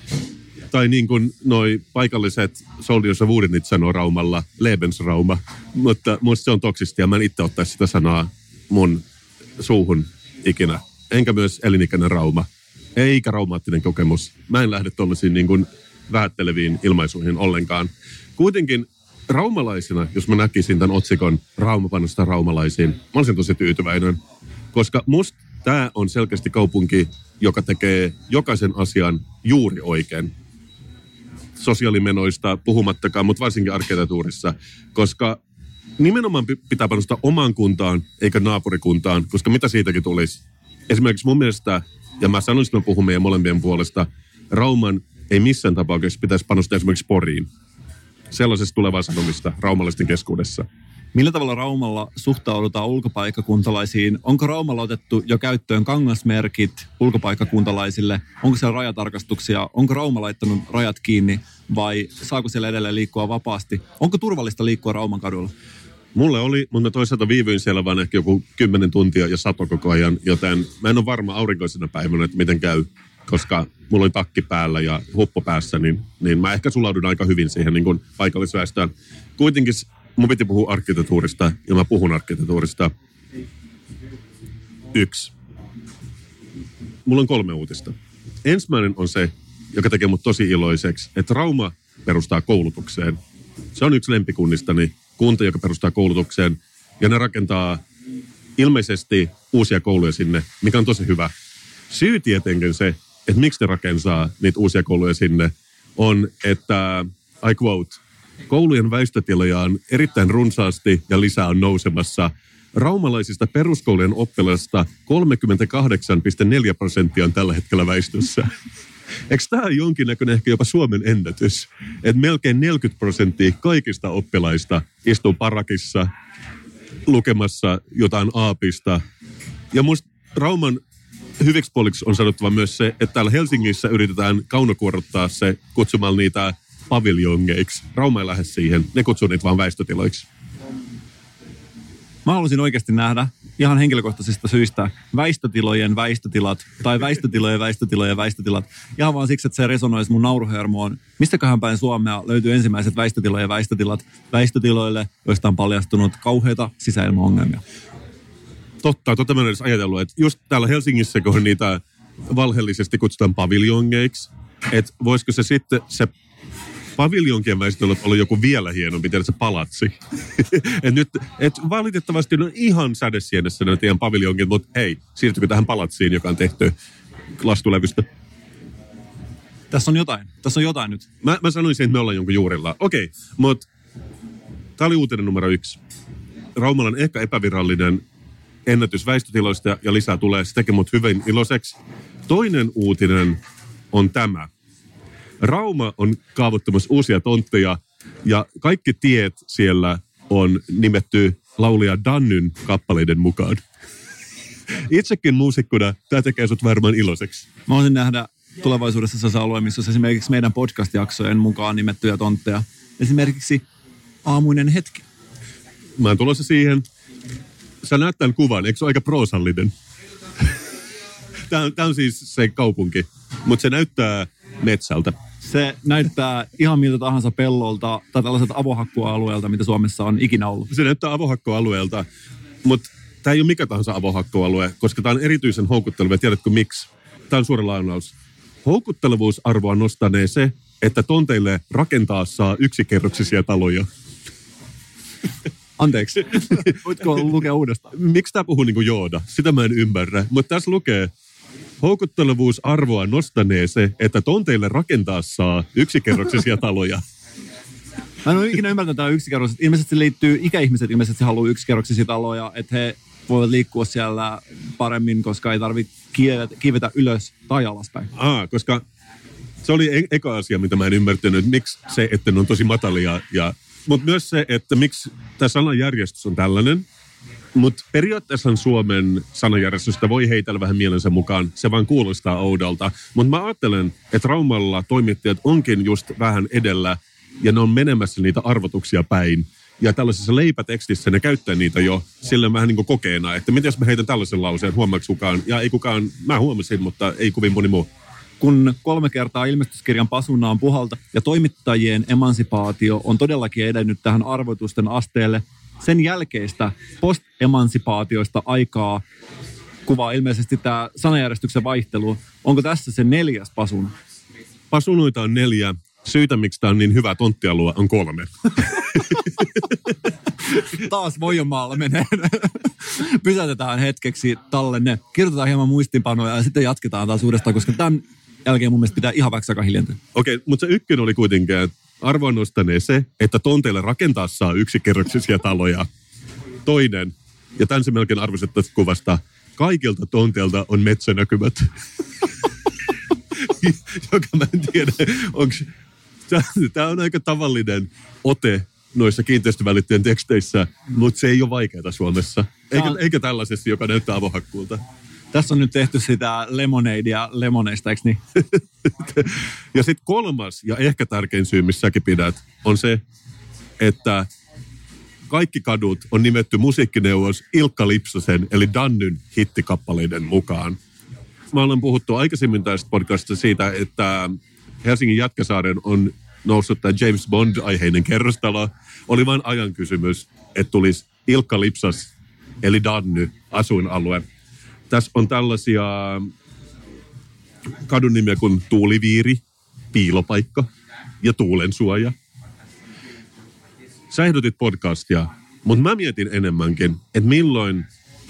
Tai niin kuin noi paikalliset Soldiers of Woodinit sanoo Raumalla, Lebensrauma. Mutta musta se on toksista ja mä en itse ottaisi sitä sanaa mun suuhun ikinä. Enkä myös elinikäinen Rauma. Eikä raumaattinen kokemus. Mä en lähde tollaisiin niin kuin vähätteleviin ilmaisuihin ollenkaan. Kuitenkin raumalaisina, jos mä näkisin tämän otsikon Rauma panostaa raumalaisiin, mä olisin tosi tyytyväinen. Koska musta tämä on selkeästi kaupunki, joka tekee jokaisen asian juuri oikein. Sosiaalimenoista puhumattakaan, mutta varsinkin arkkitehtuurissa. Koska nimenomaan pitää panostaa omaan kuntaan, eikä naapurikuntaan, koska mitä siitäkin tulisi. Esimerkiksi mun mielestä, ja mä sanoisin, että mä puhun meidän molempien puolesta, Rauman ei missään tapauksessa pitäisi panostaa esimerkiksi Poriin. Sellaisesta tulevaa sanomista raumalaisten keskuudessa. Millä tavalla Raumalla suhtaudutaan ulkopaikkakuntalaisiin? Onko Raumalla otettu jo käyttöön kangasmerkit ulkopaikkakuntalaisille? Onko siellä rajatarkastuksia? Onko Rauma laittanut rajat kiinni vai saako siellä edelleen liikkua vapaasti? Onko turvallista liikkua Rauman kadulla? Mulle oli, mutta toisaalta viivyin siellä vaan ehkä joku 10 tuntia ja sato koko ajan, joten mä en ole varma aurinkoisena päivänä, että miten käy, koska mulla oli takki päällä ja huppo päässä, niin mä ehkä sulaudun aika hyvin siihen niin kuin paikallisväestöön. Kuitenkin mun piti puhua arkkitehtuurista, ja mä puhun arkkitehtuurista. 1. Mulla on 3 uutista. Ensimmäinen on se, joka tekee mut tosi iloiseksi, että Rauma perustaa koulutukseen. Se on yksi lempikunnistani, kunta, joka perustaa koulutukseen, ja ne rakentaa ilmeisesti uusia kouluja sinne, mikä on tosi hyvä. Syy tietenkin se, että miksi ne rakentaa niitä uusia kouluja sinne, on, että, I quote, koulujen väistötiloja on erittäin runsaasti ja lisää on nousemassa. Raumalaisista peruskoulujen oppilaista 38,4% on tällä hetkellä väistössä. Eikö tämä ole jonkinnäköinen ehkä jopa Suomen ennätys? Että melkein 40% kaikista oppilaista istuu parakissa lukemassa jotain aapista. Ja musta Rauman hyviksi puoliksi on sanottava myös se, että täällä Helsingissä yritetään kaunokuorottaa se kutsumalla niitä paviljongeiksi. Rauma ei lähde siihen. Ne kutsuu niitä vaan väistötiloiksi. Mä haluaisin oikeasti nähdä ihan henkilökohtaisista syistä väistötilojen väistötilat tai väistötilojen väistötilat. Ihan vaan siksi, että se resonoisi mun nauruhermoon. Mistäköhän päin Suomea löytyy ensimmäiset väistötilojen väistötilat väistötiloille, joista on paljastunut kauheita sisäilmaongelmia. Totta mä en edes ajatellut, että just täällä Helsingissä, kun niitä valheellisesti kutsutaan paviljongeiksi, että voisiko se sitten se paviljonkien väistöllä olla joku vielä hienompi, tiedät se palatsi. et valitettavasti on ihan sädesienessä nämä teidän paviljonkit, mutta hei, siirtykö tähän palatsiin, joka on tehty lastulevystä? Tässä on jotain nyt. Mä sanoisin, että me ollaan jonkun juurilla. Okei, mutta tää oli uutinen numero 1. Raumalan ehkä epävirallinen ennätys väistötiloista ja lisää tulee. Se tekee mut hyvin iloiseksi. Toinen uutinen on tämä. Rauma on kaavoittamassa uusia tontteja ja kaikki tiet siellä on nimetty laulija Dannyn kappaleiden mukaan. Itsekin muusikkona tämä tekee sut varmaan iloiseksi. Mä voisin nähdä tulevaisuudessa sellaisen alueen, missä olisi esimerkiksi meidän podcast-jaksojen mukaan nimettyjä tontteja. Esimerkiksi Aamuinen hetki. Mä oon tulossa siihen. Sä näet tämän kuvan, eikö se ole aika proosallinen? Tämä on siis se kaupunki, mutta se näyttää metsältä. Se näyttää ihan miltä tahansa pellolta tai tällaiselta avohakkualueelta, mitä Suomessa on ikinä ollut. Se näyttää avohakkualueelta, mutta tämä ei ole mikä tahansa avohakkualue, koska tämä on erityisen houkutteleva. Tiedätkö miksi? Tämä on suora lainaus. Houkuttelevuusarvoa nostanee se, että tonteille rakentaa saa yksikerroksisia taloja. Anteeksi, voitko lukea uudestaan? Miksi tämä puhuu niin kuin Jooda? Sitä mä en ymmärrä. Mutta tässä lukee, houkuttelevuusarvoa nostanee se, että tonteille rakentaa saa yksikerroksisia taloja. Mä en ole ikinä ymmärtänyt tämä yksikerroksista. Ilmeisesti se liittyy, ikäihmiset ilmeisesti haluaa yksikerroksisia taloja, että he voivat liikkua siellä paremmin, koska ei tarvitse kiivetä ylös tai alaspäin. Koska se oli eka asia, mitä mä en ymmärtänyt. Miksi se, että ne on tosi matalia. Mutta myös se, että miksi tämä sanajärjestys on tällainen. Mutta periaatteessa Suomen sanajärjestystä voi heitellä vähän mielensä mukaan. Se vaan kuulostaa oudolta. Mutta mä ajattelen, että Raumalla toimittajat onkin just vähän edellä ja ne on menemässä niitä arvotuksia päin. Ja tällaisessa leipätekstissä ne käyttää niitä jo silleen vähän niin kuin kokeena, että miten jos mä heitän tällaisen lauseen, huomaako kukaan? Ja ei kukaan, mä huomasin, mutta ei kovin moni muu. Kun 3 kertaa ilmestyskirjan pasunaan puhalta ja toimittajien emansipaatio on todellakin edennyt tähän arvotusten asteelle, sen jälkeistä post-emansipaatioista aikaa kuvaa ilmeisesti tämä sanajärjestyksen vaihtelu. Onko tässä se 4. pasuna? Pasunoita on 4. Syytä, miksi tämä on niin hyvä tonttialue, on 3. Taas Voijomaalla menee. Pysäytetään hetkeksi tallenne. Kirjoitetaan hieman muistinpanoja ja sitten jatketaan taas uudestaan, koska tämän jälkeen mun mielestä pitää ihan vaikka aika hiljentyä. Okei, mutta se ykkönen oli kuitenkin, että arvoa nostanee se, että tonteille rakentaa saa yksikerroksisia taloja. Toinen, ja tämän se melkein arvoiset tästä kuvasta, kaikilta tonteilta on metsänäkymät. Joka mä en tiedä, onko... Tämä on aika tavallinen ote noissa kiinteistövälittäjien teksteissä, mutta se ei ole vaikeaa Suomessa. Eikä tällaisessa, joka näyttää avohakkuulta. Tässä on nyt tehty sitä lemonadea lemoneista, eikö niin? Ja sitten 3. ja ehkä tärkein syy, missä säkin pidät, on se, että kaikki kadut on nimetty musiikkineuvos Ilkka Lipsasen, eli Dannyn hittikappaleiden mukaan. Mä olen puhuttu aikaisemmin tästä podcastista siitä, että Helsingin Jätkäsaaren on noussut tämä James Bond-aiheinen kerrostalo. Oli vain ajan kysymys, että tulisi Ilkka Lipsas, eli Danny, asuinalue. Tässä on tällaisia kadun nimiä kuin Tuuliviiri, Piilopaikka ja Tuulensuoja. Sä ehdotit podcastia, mutta mä mietin enemmänkin, että milloin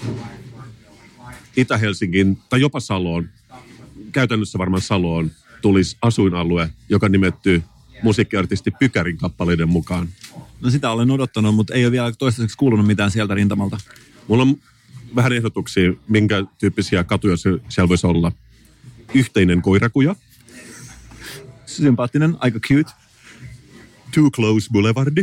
Itä-Helsingin tai jopa Saloon, käytännössä varmaan Saloon, tulisi asuinalue, joka nimetty musiikkiartisti Pykärin kappaleiden mukaan. No sitä olen odottanut, mutta ei ole vielä toistaiseksi kuulunut mitään sieltä rintamalta. Mulla on vähän ehdotuksia, minkä tyyppisiä katuja siellä voisi olla. Yhteinen koirakuja. Sympaattinen, aika cute. Too Close Boulevardi.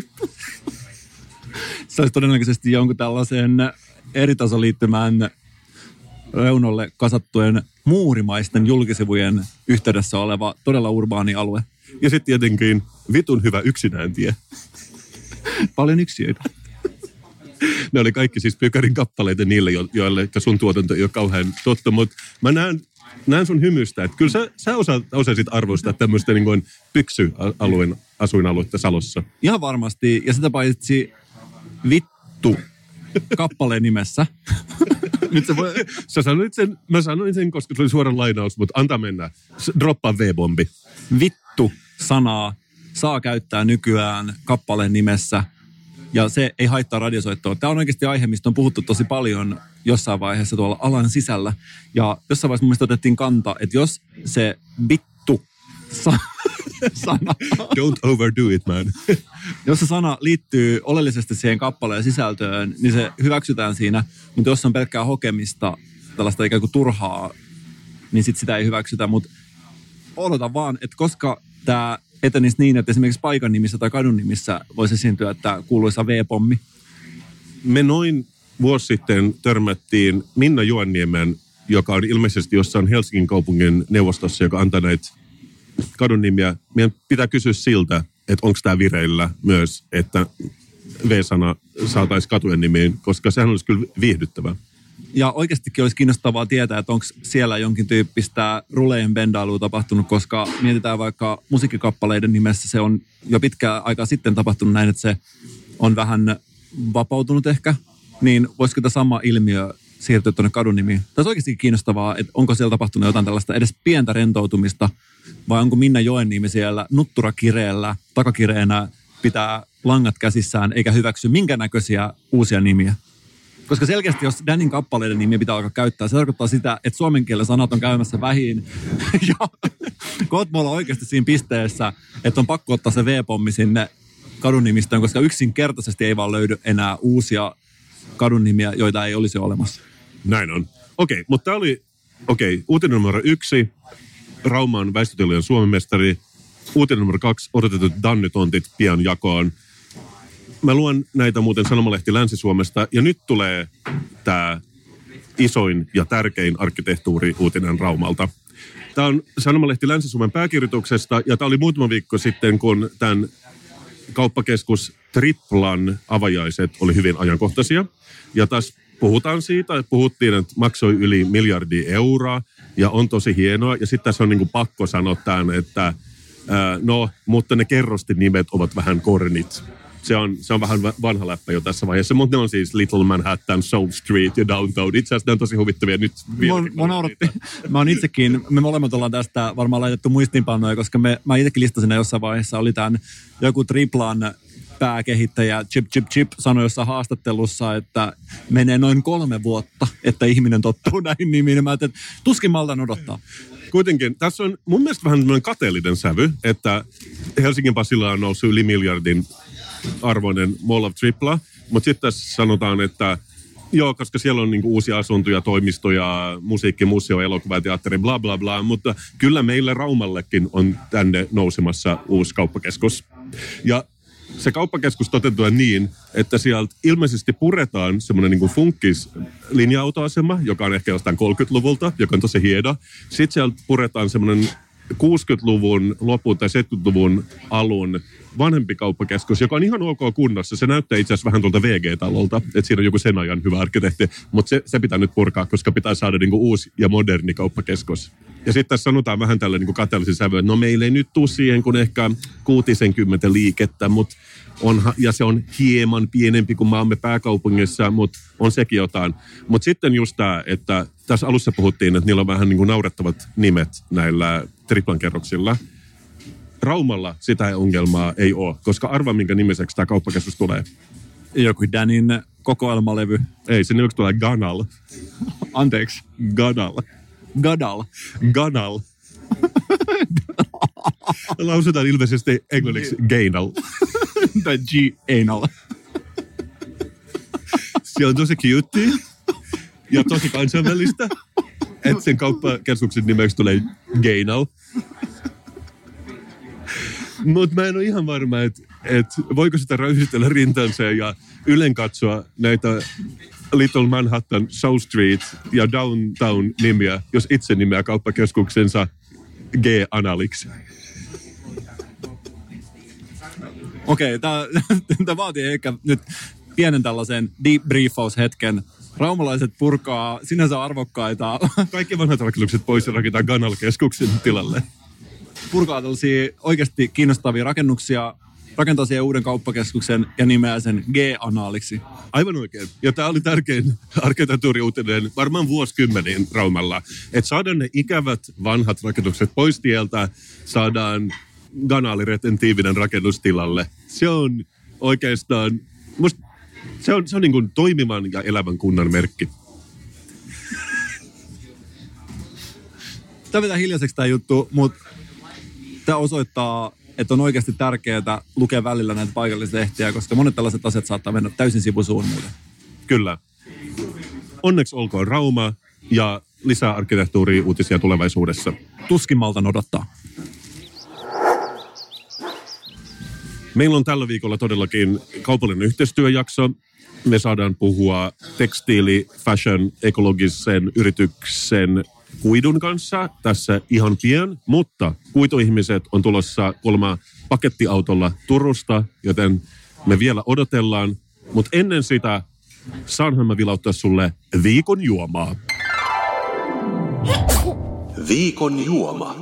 Se olisi todennäköisesti jonkun tällaisen eritasoliittymään reunolle kasattujen muurimaisten julkisivujen yhteydessä oleva todella urbaani alue. Ja sitten tietenkin vitun hyvä yksinääntie. Paljon yksiöitä. Ne oli kaikki siis Pykärin kappaleita niille, joille sun tuotanto ei ole kauhean totta, mutta mä näen sun hymystä, että kyllä sä osasit arvostaa tämmöistä niin kuin pyksyalueen asuinaluetta Salossa. Ihan varmasti, ja sitä paitsi vittu kappaleen nimessä Nyt se voi... Mä sanoin sen, koska se oli suora lainaus, mutta antaa mennä. Droppaa V-bombi. Vittu sanaa saa käyttää nykyään kappaleen nimessä. Ja se ei haittaa radiosoittoa. Tämä on oikeasti aihe, mistä on puhuttu tosi paljon jossain vaiheessa tuolla alan sisällä. Ja jossain vaiheessa mun mielestä otettiin kanta, että jos se vittu sana... Don't overdo it, man. Jos se sana liittyy oleellisesti siihen kappaleen sisältöön, niin se hyväksytään siinä. Mutta jos on pelkkää hokemista, tällaista ikään kuin turhaa, niin sit sitä ei hyväksytä. Mutta odotan vaan, että koska tämä etenisi niin, että esimerkiksi paikan nimissä tai kadun nimissä voisi esiintyä tämä kuuluisa V-pommi. Me noin vuosi sitten törmättiin Minna Juonniemen, joka on ilmeisesti jossain Helsingin kaupungin neuvostossa, joka antaa näitä kadun nimiä. Meidän pitää kysyä siltä, että onko tämä vireillä myös, että V-sana saataisiin katujen nimiin, koska sehän olisi kyllä viihdyttävää. Ja oikeastikin olisi kiinnostavaa tietää, että onko siellä jonkin tyyppistä ruleen bendailua tapahtunut, koska mietitään vaikka musiikkikappaleiden nimessä, se on jo pitkään aikaa sitten tapahtunut näin, että se on vähän vapautunut ehkä, niin voisiko tämä sama ilmiö siirtyä tuonne kadun nimiin? Tämä olisi oikeasti kiinnostavaa, että onko siellä tapahtunut jotain tällaista edes pientä rentoutumista, vai onko Minna Joenniemi siellä nutturakireellä, takakireenä pitää langat käsissään, eikä hyväksy minkään näköisiä uusia nimiä. Koska selkeästi, jos Danin kappaleiden nimiä pitää alkaa käyttää, se tarkoittaa sitä, että suomen kielen sanat on käymässä vähin. Ja kun me ollaan oikeasti siinä pisteessä, että on pakko ottaa se V-pommi sinne kadun nimistöön, koska yksinkertaisesti ei vaan löydy enää uusia kadun nimiä, joita ei olisi olemassa. Näin on. Okei, mutta tämä oli uutinen numero 1. Rauma on väistötilojen Suomen mestari. Uutinen numero 2. Odotetut Danny-tontit pian jakoon. Mä luen näitä muuten Sanomalehti Länsi-Suomesta, ja nyt tulee tämä isoin ja tärkein arkkitehtuuri-uutinen Raumalta. Tämä on Sanomalehti Länsi-Suomen pääkirjoituksesta, ja tämä oli muutama viikko sitten, kun tämän kauppakeskus Triplan avajaiset oli hyvin ajankohtaisia. Ja tässä puhuttiin, että maksoi yli 1 miljardia euroa, ja on tosi hienoa. Ja sitten tässä on niinku pakko sanoa tämän, että mutta ne kerrostinimet ovat vähän kornit. Se on vähän vanha läppä jo tässä vaiheessa, mutta ne on siis Little Manhattan, Soul Street ja Downtown. Itse asiassa ne on tosi huvittavia nyt vieläkin. Mä oon itsekin, me molemmat ollaan tästä varmaan laitettu muistiinpannoja, koska mä itsekin listasin ne jossain vaiheessa. Oli tämän joku Triplan pääkehittäjä Chip sanoi jossain haastattelussa, että menee noin 3 vuotta, että ihminen tottuu näihin nimiin. Mä ajattelin, että tuskin maltan odottaa. Kuitenkin, tässä on mun mielestä vähän tämmöinen kateellinen sävy, että Helsingin Pasilla on noussut yli 1 miljardin arvoinen Mall of Tripla, mutta sitten tässä sanotaan, että joo, koska siellä on niinku uusia asuntoja, toimistoja, musiikki, museo, elokuva, teatteri, bla bla bla, mutta kyllä meillä Raumallekin on tänne nousemassa uusi kauppakeskus. Ja se kauppakeskus toteutuu niin, että sieltä ilmeisesti puretaan semmoinen niinku funkkis linja-autoasema, joka on ehkä jostain 30-luvulta, joka on tosi hieno. Sitten sieltä puretaan semmoinen 60-luvun lopun tai 70-luvun alun vanhempi kauppakeskus, joka on ihan ok kunnossa. Se näyttää itse asiassa vähän tuolta VG-talolta, että siinä on joku sen ajan hyvä arkkitehti, mutta se pitää nyt purkaa, koska pitää saada niinku uusi ja moderni kauppakeskus. Ja sitten tässä sanotaan vähän tällä niinku kateellisen sävy, että no meillä ei nyt tule siihen kuin ehkä 60 liikettä, ja se on hieman pienempi kuin maamme pääkaupungissa, mutta on sekin jotain. Mutta sitten just tämä, että tässä alussa puhuttiin, että niillä on vähän niinku naurettavat nimet näillä Triplan kerroksilla. Raumalla sitä ongelmaa ei ole, koska arva minkä nimiseksi tämä kauppakeskus tulee. Joku Danin kokoelmalevy. Ei, se nimeksi tulee Ganal. Anteeksi. Ganal. Gadal. Ganal. Lausutaan ilmeisesti englanniksi Gainal. Tai G-anal. Se on tosi cute ja tosi kansainvälistä, että sen kauppakeskuksen nimeksi tulee Gainal. Mutta mä en ole ihan varma, että voiko sitä röyhistellä rintansa ja ylen katsoa näitä Little Manhattan, South Street ja Downtown nimiä, jos itse nimeää kauppakeskuksensa G-analiksi. Okei, tämä vaatii ehkä nyt pienen tällaisen debriefaushetken. Raumalaiset purkaa sinänsä arvokkaita. Kaikki vanhat rakennukset pois ja rakentaa Ganal-keskuksen tilalle. Purkaa tällaisia oikeasti kiinnostavia rakennuksia rakentaa siihen uuden kauppakeskuksen ja nimeää sen G-anaaliksi. Aivan oikein. Ja tämä oli tärkein arkkitehtuuriuutinen varmaan vuosikymmeniin Raumalla. Että saadaan ne ikävät vanhat rakennukset pois tieltä, saadaan ganaaliretentiivinen rakennustilalle. Se on oikeastaan, se on niin kuin toimivan ja elävän kunnan merkki. Tämä vetää hiljaiseksi tämä juttu, mutta tämä osoittaa, että on oikeasti tärkeää lukea välillä näitä paikallislehtiä, koska monet tällaiset asiat saattaa mennä täysin sivusuun muuten. Kyllä. Onneksi olkoon Rauma ja lisää arkkitehtuuri-uutisia tulevaisuudessa. Tuskin maltan odottaa. Meillä on tällä viikolla todellakin kaupallinen yhteistyöjakso. Me saadaan puhua tekstiili, fashion, ekologisen yrityksen kuidun kanssa tässä ihan pian, mutta kuituihmiset on tulossa 3 pakettiautolla Turusta, joten me vielä odotellaan. Mutta ennen sitä saanhan mä vilauttaa sulle viikon juomaa. Viikon juoma.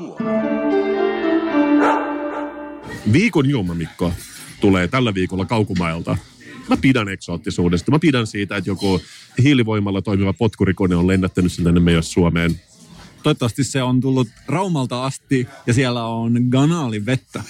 Viikon juoma, Mikko, tulee tällä viikolla Kaukumailta. Mä pidän eksoottisuudesta. Mä pidän siitä, että joku hiilivoimalla toimiva potkurikone on lennättänyt sen tänne meidän Suomeen. Toivottavasti se on tullut Raumalta asti ja siellä on Ganalin vettä.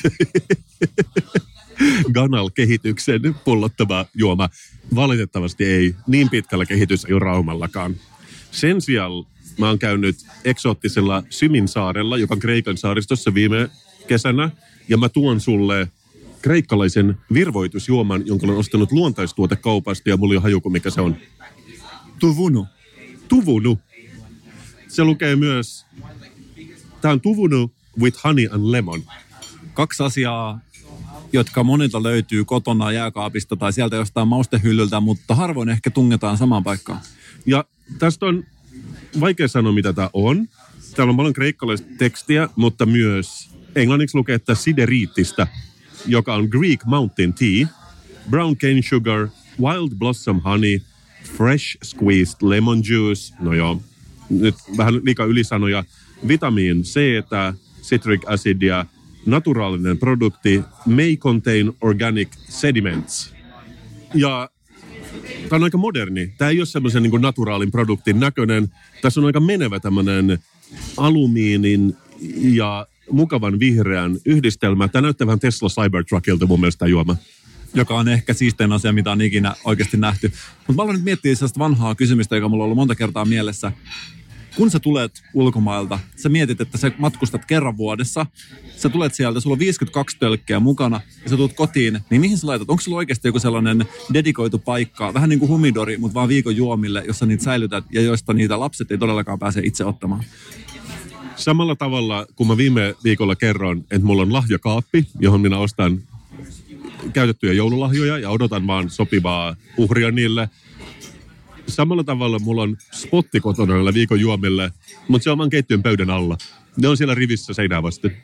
Ganal-kehityksen pullottava juoma. Valitettavasti ei. Niin pitkällä kehitys ei ole Raumallakaan. Sen sijaan mä oon käynyt eksoottisella Syminsaarella, joka on Kreikan saaristossa viime kesänä. Ja mä tuon sulle kreikkalaisen virvoitusjuoman, jonka olen ostanut luontaistuotekaupasta ja mulla ei ole haju, mikä se on. Tuvunu. Tuvunu. Se lukee myös, tää on tuvunu with honey and lemon. 2 asiaa, jotka monilta löytyy kotona jääkaapista tai sieltä jostain maustehyllyltä, mutta harvoin ehkä tungetaan samaan paikkaan. Ja tästä on vaikea sanoa, mitä tää on. Täällä on paljon kreikkalaista tekstiä, mutta myös englanniksi lukee, että sideriittistä, joka on Greek mountain tea, brown cane sugar, wild blossom honey, fresh squeezed lemon juice, no joo, nyt vähän liikaa ylisanoja, vitamiin C, citric acidia, naturaalinen produkti, may contain organic sediments. Ja tämä on aika moderni. Tämä ei ole semmoisen niin kuin naturaalin produktin näköinen. Tässä on aika menevä tämmöinen alumiinin ja mukavan vihreän yhdistelmä. Tämä näyttää vähän Tesla Cybertruckilta mun mielestä juoma. Joka on ehkä siistein asia, mitä on ikinä oikeasti nähty. Mutta mä aloin nyt miettiä sellaista vanhaa kysymystä, joka mulla on ollut monta kertaa mielessä. Kun sä tulet ulkomailta, sä mietit, että sä matkustat kerran vuodessa, sä tulet sieltä, sulla on 52 tölkkeä mukana ja sä tulet kotiin, niin mihin sä laitat? Onko sulla oikeasti joku sellainen dedikoitu paikka, vähän niin kuin humidori, mutta vaan viikon juomille, jossa niitä säilytät ja joista niitä lapset ei todellakaan pääse itse ottamaan? Samalla tavalla, kun mä viime viikolla kerron, että mulla on lahjakaappi, johon minä ostan käytettyjä joululahjoja ja odotan vaan sopivaa uhria niille. Samalla tavalla mulla on spotti kotona näillä viikon juomille, mutta se on vaan keittiön pöydän alla. Ne on siellä rivissä seinää vasten.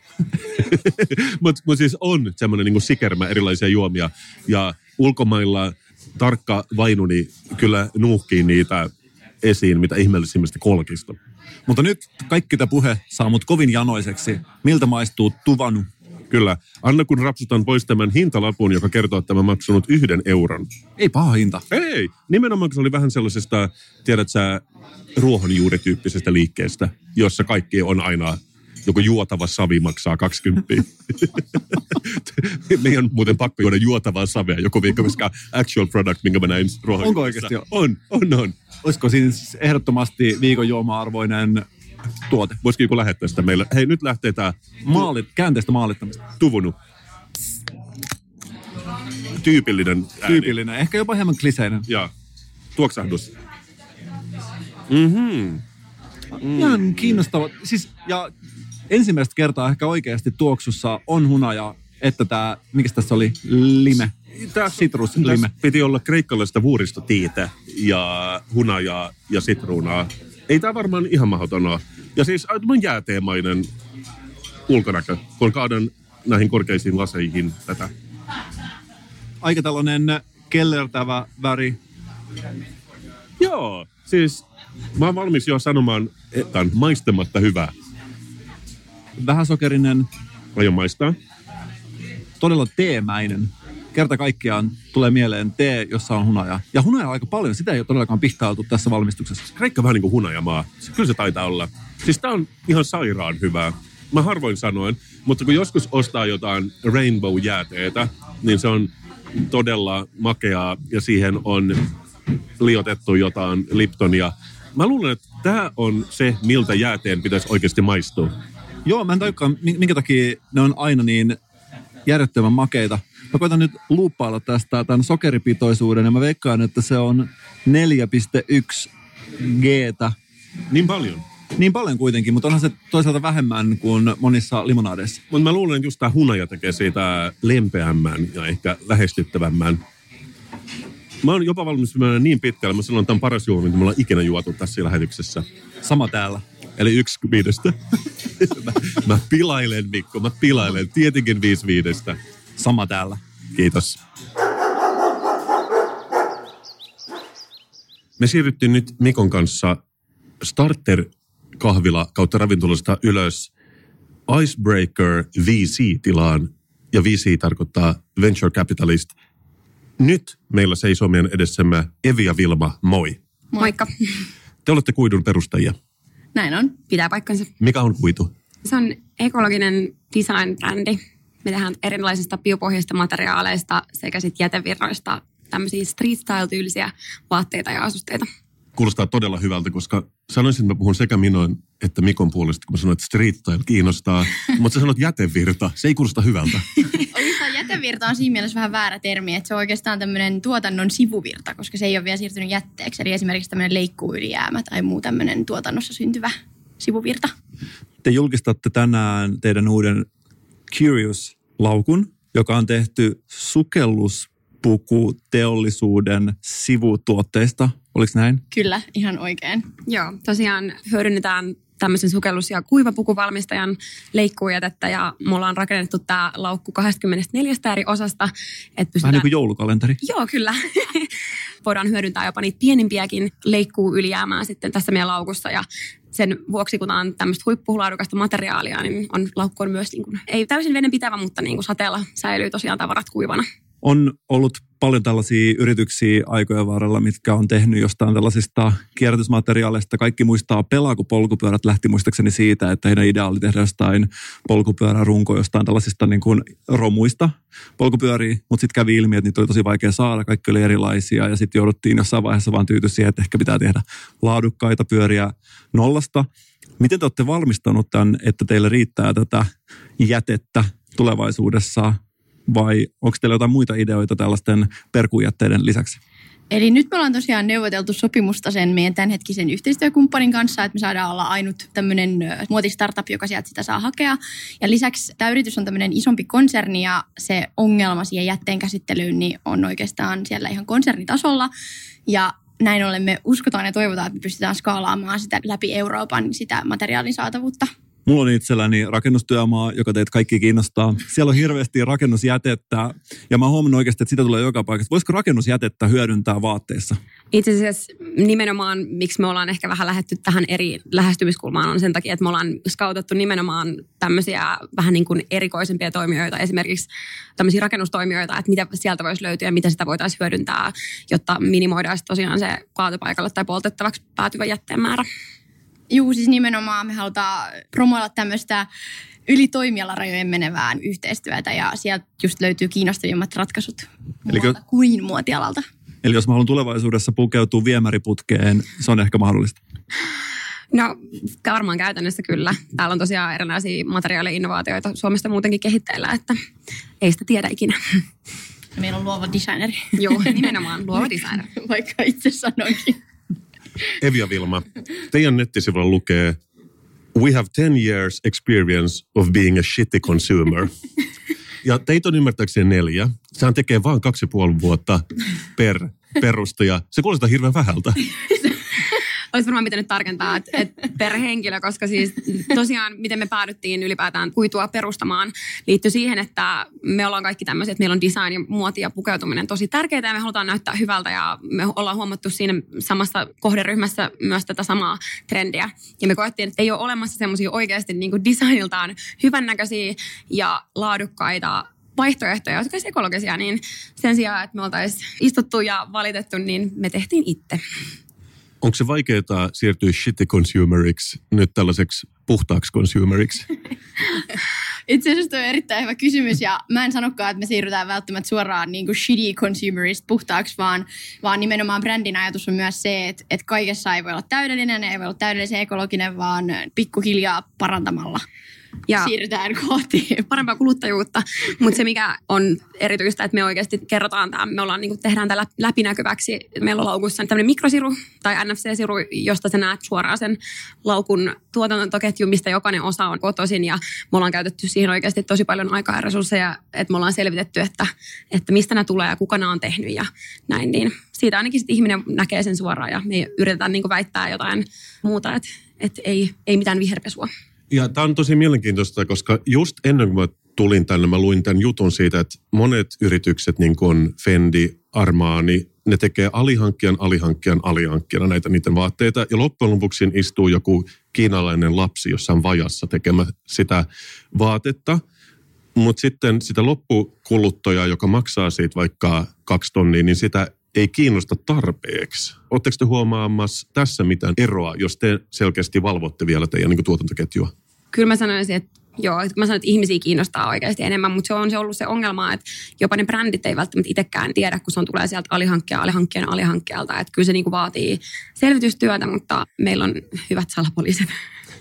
Mutta siis on semmoinen niin kuin sikermä erilaisia juomia. Ja ulkomailla tarkka vainuni kyllä nuuhkii niitä esiin, mitä ihmeellisimmistä kolkista. Mutta nyt kaikki tämä puhe saa mut kovin janoiseksi. Miltä maistuu tuvanu? Kyllä. Anna kun rapsutan pois tämän hintalapun, joka kertoo, että mä maksanut 1 euron. Ei paha hinta. Ei. Nimenomaan se oli vähän sellaisesta, tiedät sä, ruohonjuurityyppisestä liikkeestä, jossa kaikki on aina, joku juotava savi maksaa 20. Meidän on muuten pakko juoda juotavaa savea joku viikko, koska actual product, minkä mä näin ruohonjuurissa. Onko oikeasti jo? On. Olisiko siinä ehdottomasti viikon juoma-arvoinen tuote? Voisiko joku lähettää sitä meille? Hei, nyt lähtee tää käänteistä maalittamista. Tuvunu. Tyypillinen ääni. Tyypillinen, ehkä jopa hieman kliseinen. Ja tuoksahdus. Ihan kiinnostava. Siis, ja ensimmäistä kertaa ehkä oikeasti tuoksussa on hunaja, että tämä, mikä tässä oli, lime. Sitruslime. Tässä piti olla kreikkalaista vuoristotiitä ja hunajaa ja sitruunaa. Ei tämä varmaan ihan mahdoton ole. Ja siis aivan jääteemainen ulkonäkö, kun kaadan näihin korkeisiin laseihin tätä. Aika tällainen kellertävä väri. Joo, siis mä oon valmis jo sanomaan, että on maistamatta hyvää. Vähäsokerinen. Aion maistaa. todella teemäinen. Kerta kaikkiaan tulee mieleen tee, jossa on hunajaa. Ja hunajaa aika paljon, sitä ei ole todellakaan pihtailtu tässä valmistuksessa. Kreikka vähän niin kuin hunajamaa. Kyllä se taitaa olla. Siis tää on ihan sairaan hyvää. Mä harvoin sanoen, mutta kun joskus ostaa jotain rainbow-jääteetä, niin se on todella makeaa ja siihen on liotettu jotain Liptonia. Mä luulen, että tää on se, miltä jääteen pitäisi oikeasti maistua. Joo, mä en tajukaan, minkä takia ne on aina niin järjettömän makeita. Mä koitan nyt luuppailla tästä tämän sokeripitoisuuden ja mä veikkaan, että se on 4,1 G:tä. Niin paljon. Niin paljon kuitenkin, mutta onhan se toisaalta vähemmän kuin monissa limonaadeissa. Mutta mä luulen, että just tää hunaja tekee siitä lempeämmän ja ehkä lähestyttävämmän. Mä oon jopa valmis mennä niin pitkälle, mä sanon, että on paras juoma, mitä me ollaan ikinä juotu tässä lähetyksessä. Sama täällä. Eli 1/5. Mä pilailen, Mikko, mä pilailen. Tietenkin 5/5. Sama täällä. Kiitos. Me siirryttiin nyt Mikon kanssa starter-kahvila kautta ravintolasta ylös Icebreaker VC-tilaan. Ja VC tarkoittaa Venture Capitalist. Nyt meillä seisoo meidän edessämme Evi ja Vilma, moi. Moikka. Te olette Kuidun perustajia. Näin on, pitää paikkansa. Mikä on Kuitu? Se on ekologinen design-brändi. Me tehdään erilaisista biopohjaisista materiaaleista sekä sitten jätevirroista tämmöisiä street style-tyylisiä vaatteita ja asusteita. Kuulostaa todella hyvältä, koska sanoisin, että mä puhun sekä minun että Mikon puolesta, kun mä sanoin, että street style kiinnostaa. Mutta sä sanot jätevirta, se ei kuulosta hyvältä. Oikeastaan jätevirta on siinä mielessä vähän väärä termi, että se on oikeastaan tämmöinen tuotannon sivuvirta, koska se ei ole vielä siirtynyt jätteeksi. Eli esimerkiksi tämmöinen leikkuu-ylijäämä tai muu tämmöinen tuotannossa syntyvä sivuvirta. Te julkistatte tänään teidän uuden Curious-laukun, joka on tehty sukelluspukuteollisuuden sivutuotteista. Oliko näin? Kyllä, ihan oikein. Joo, tosiaan hyödynnetään tämmöisen sukellus- ja kuivapukuvalmistajan leikkuujätettä ja me ollaan rakennettu tämä laukku 24 eri osasta. Että vähän niin kuin joulukalenteri. Joo, kyllä. Voidaan hyödyntää jopa niitä pienimpiäkin leikkuu-ylijäämää sitten tässä meidän laukussa ja sen vuoksi, kun tämä on tämmöistä huippulaadukasta materiaalia, niin laukku on myös, niin kuin, ei täysin vedenpitävä, mutta niin kuin sateella säilyy tosiaan tavarat kuivana. On ollut paljon tällaisia yrityksiä aikojen varrella, mitkä on tehnyt jostain tällaisista kierrätysmateriaaleista. Kaikki muistaa Pelaa, kun polkupyörät lähti muistaakseni siitä, että heidän idea oli tehdä jostain polkupyörärunko jostain tällaisista niin kuin romuista polkupyöriä. Mutta sitten kävi ilmi, että niitä oli tosi vaikea saada. Kaikki oli erilaisia ja sitten jouduttiin jossain vaiheessa vaan tyytyä siihen, että ehkä pitää tehdä laadukkaita pyöriä nollasta. Miten te olette valmistanut tämän, että teille riittää tätä jätettä tulevaisuudessa? Vai onko teillä jotain muita ideoita tällaisten perkujätteiden lisäksi? Eli nyt me ollaan tosiaan neuvoteltu sopimusta sen meidän tämänhetkisen yhteistyökumppanin kanssa, että me saadaan olla ainut tämmöinen muotistartup, joka sieltä sitä saa hakea. Ja lisäksi tämä yritys on tämmöinen isompi konserni ja se ongelma siihen jätteen käsittelyyn niin on oikeastaan siellä ihan konsernitasolla. Ja näin ollen me uskotaan ja toivotaan, että me pystytään skaalaamaan sitä läpi Euroopan sitä materiaalin saatavuutta. Mulla on itselläni rakennustyömaa, joka teitä kaikki kiinnostaa. Siellä on hirveästi rakennusjätettä ja mä oon huomannut oikeasti, että sitä tulee joka paikasta. Voisiko rakennusjätettä hyödyntää vaatteissa? Itse asiassa nimenomaan, miksi me ollaan ehkä vähän lähdetty tähän eri lähestymiskulmaan, on sen takia, että me ollaan scoutattu nimenomaan tämmöisiä vähän niin kuin erikoisempia toimijoita, esimerkiksi tämmöisiä rakennustoimijoita, että mitä sieltä voisi löytyä ja mitä sitä voitaisiin hyödyntää, jotta minimoidaan tosiaan se kaatopaikalle tai poltettavaksi päätyvä jätteen määrä. Juu, siis nimenomaan me halutaan promoilla tämmöistä yli toimialarajojen menevää yhteistyötä ja sieltä just löytyy kiinnostavimmat ratkaisut kuin muotialalta. Eli jos mä haluan tulevaisuudessa pukeutua viemäriputkeen, se on ehkä mahdollista? No varmaan käytännössä kyllä. Täällä on tosiaan erilaisia materiaali-innovaatioita Suomesta muutenkin kehitteillä, että ei sitä tiedä ikinä. Ja meillä on luova designeri. Joo, nimenomaan luova designer. Vaikka itse sanoinkin. Evi ja Vilma, teidän nettisivulla lukee "We have 10 years experience of being a shitty consumer." Ja teitä on ymmärtääkseni 4. Sehän tekee vaan 2,5 vuotta per perustaja. Se kuulostaa hirveän vähältä. Olisi varmaan pitänyt tarkentaa, että per henkilö, koska siis tosiaan miten me päädyttiin ylipäätään kuitua perustamaan liittyy siihen, että me ollaan kaikki tämmöiset, että meillä on design ja muoti ja pukeutuminen tosi tärkeää ja me halutaan näyttää hyvältä ja me ollaan huomattu siinä samassa kohderyhmässä myös tätä samaa trendiä. Ja me koettiin, että ei ole olemassa semmoisia oikeasti niin kuin designiltaan hyvännäköisiä ja laadukkaita vaihtoehtoja, jotka olisivat ekologisia, niin sen sijaan, että me oltaisiin istuttu ja valitettu, niin me tehtiin itse. Onko se vaikeaa siirtyä shitty consumeriksi nyt tällaiseksi puhtaaksi consumeriksi? Itse asiassa toi on erittäin hyvä kysymys ja mä en sanokaan, että me siirrytään välttämättä suoraan niin kuin shitty consumerista puhtaaksi, vaan nimenomaan brändin ajatus on myös se, että kaikessa ei voi olla täydellinen, ei voi olla täydellisen ekologinen, vaan pikkuhiljaa parantamalla. Ja siirrytään kohti parempaa kuluttajuutta, mutta se mikä on erityistä, että me oikeasti kerrotaan tämä, me ollaan, niin tehdään tämä läpinäkyväksi. Meillä on laukussa tämmöinen mikrosiru tai NFC-siru, josta sä näet suoraan sen laukun tuotantoketjun, mistä jokainen osa on kotoisin ja me ollaan käytetty siihen oikeasti tosi paljon aikaa ja resursseja, että me ollaan selvitetty, että mistä nämä tulee ja kuka nämä on tehnyt ja näin, niin siitä ainakin sitten ihminen näkee sen suoraan ja me yritetään niin väittää jotain muuta, että ei mitään viherpesua. Ja tämä on tosi mielenkiintoista, koska just ennen kuin mä tulin tänne, mä luin tämän jutun siitä, että monet yritykset, niin kuin Fendi, Armani, ne tekee alihankkijana näitä niiden vaatteita. Ja loppujen lopuksi istuu joku kiinalainen lapsi jossain vajassa tekemä sitä vaatetta. Mutta sitten sitä loppukuluttajaa, joka maksaa siitä vaikka 2 tonnia, niin sitä ei kiinnosta tarpeeksi. Oletteko te huomaamassa tässä mitään eroa, jos te selkeästi valvotte vielä teidän niin tuotantoketjua? Kyllä mä sanoisin, että joo, mä sanon, että ihmisiä kiinnostaa oikeasti enemmän, mutta se on ollut se ongelma, että jopa ne brändit ei välttämättä itsekään tiedä, kun se tulee sieltä alihankkijalta. Että kyllä se niinku vaatii selvitystyötä, mutta meillä on hyvät salapoliisit.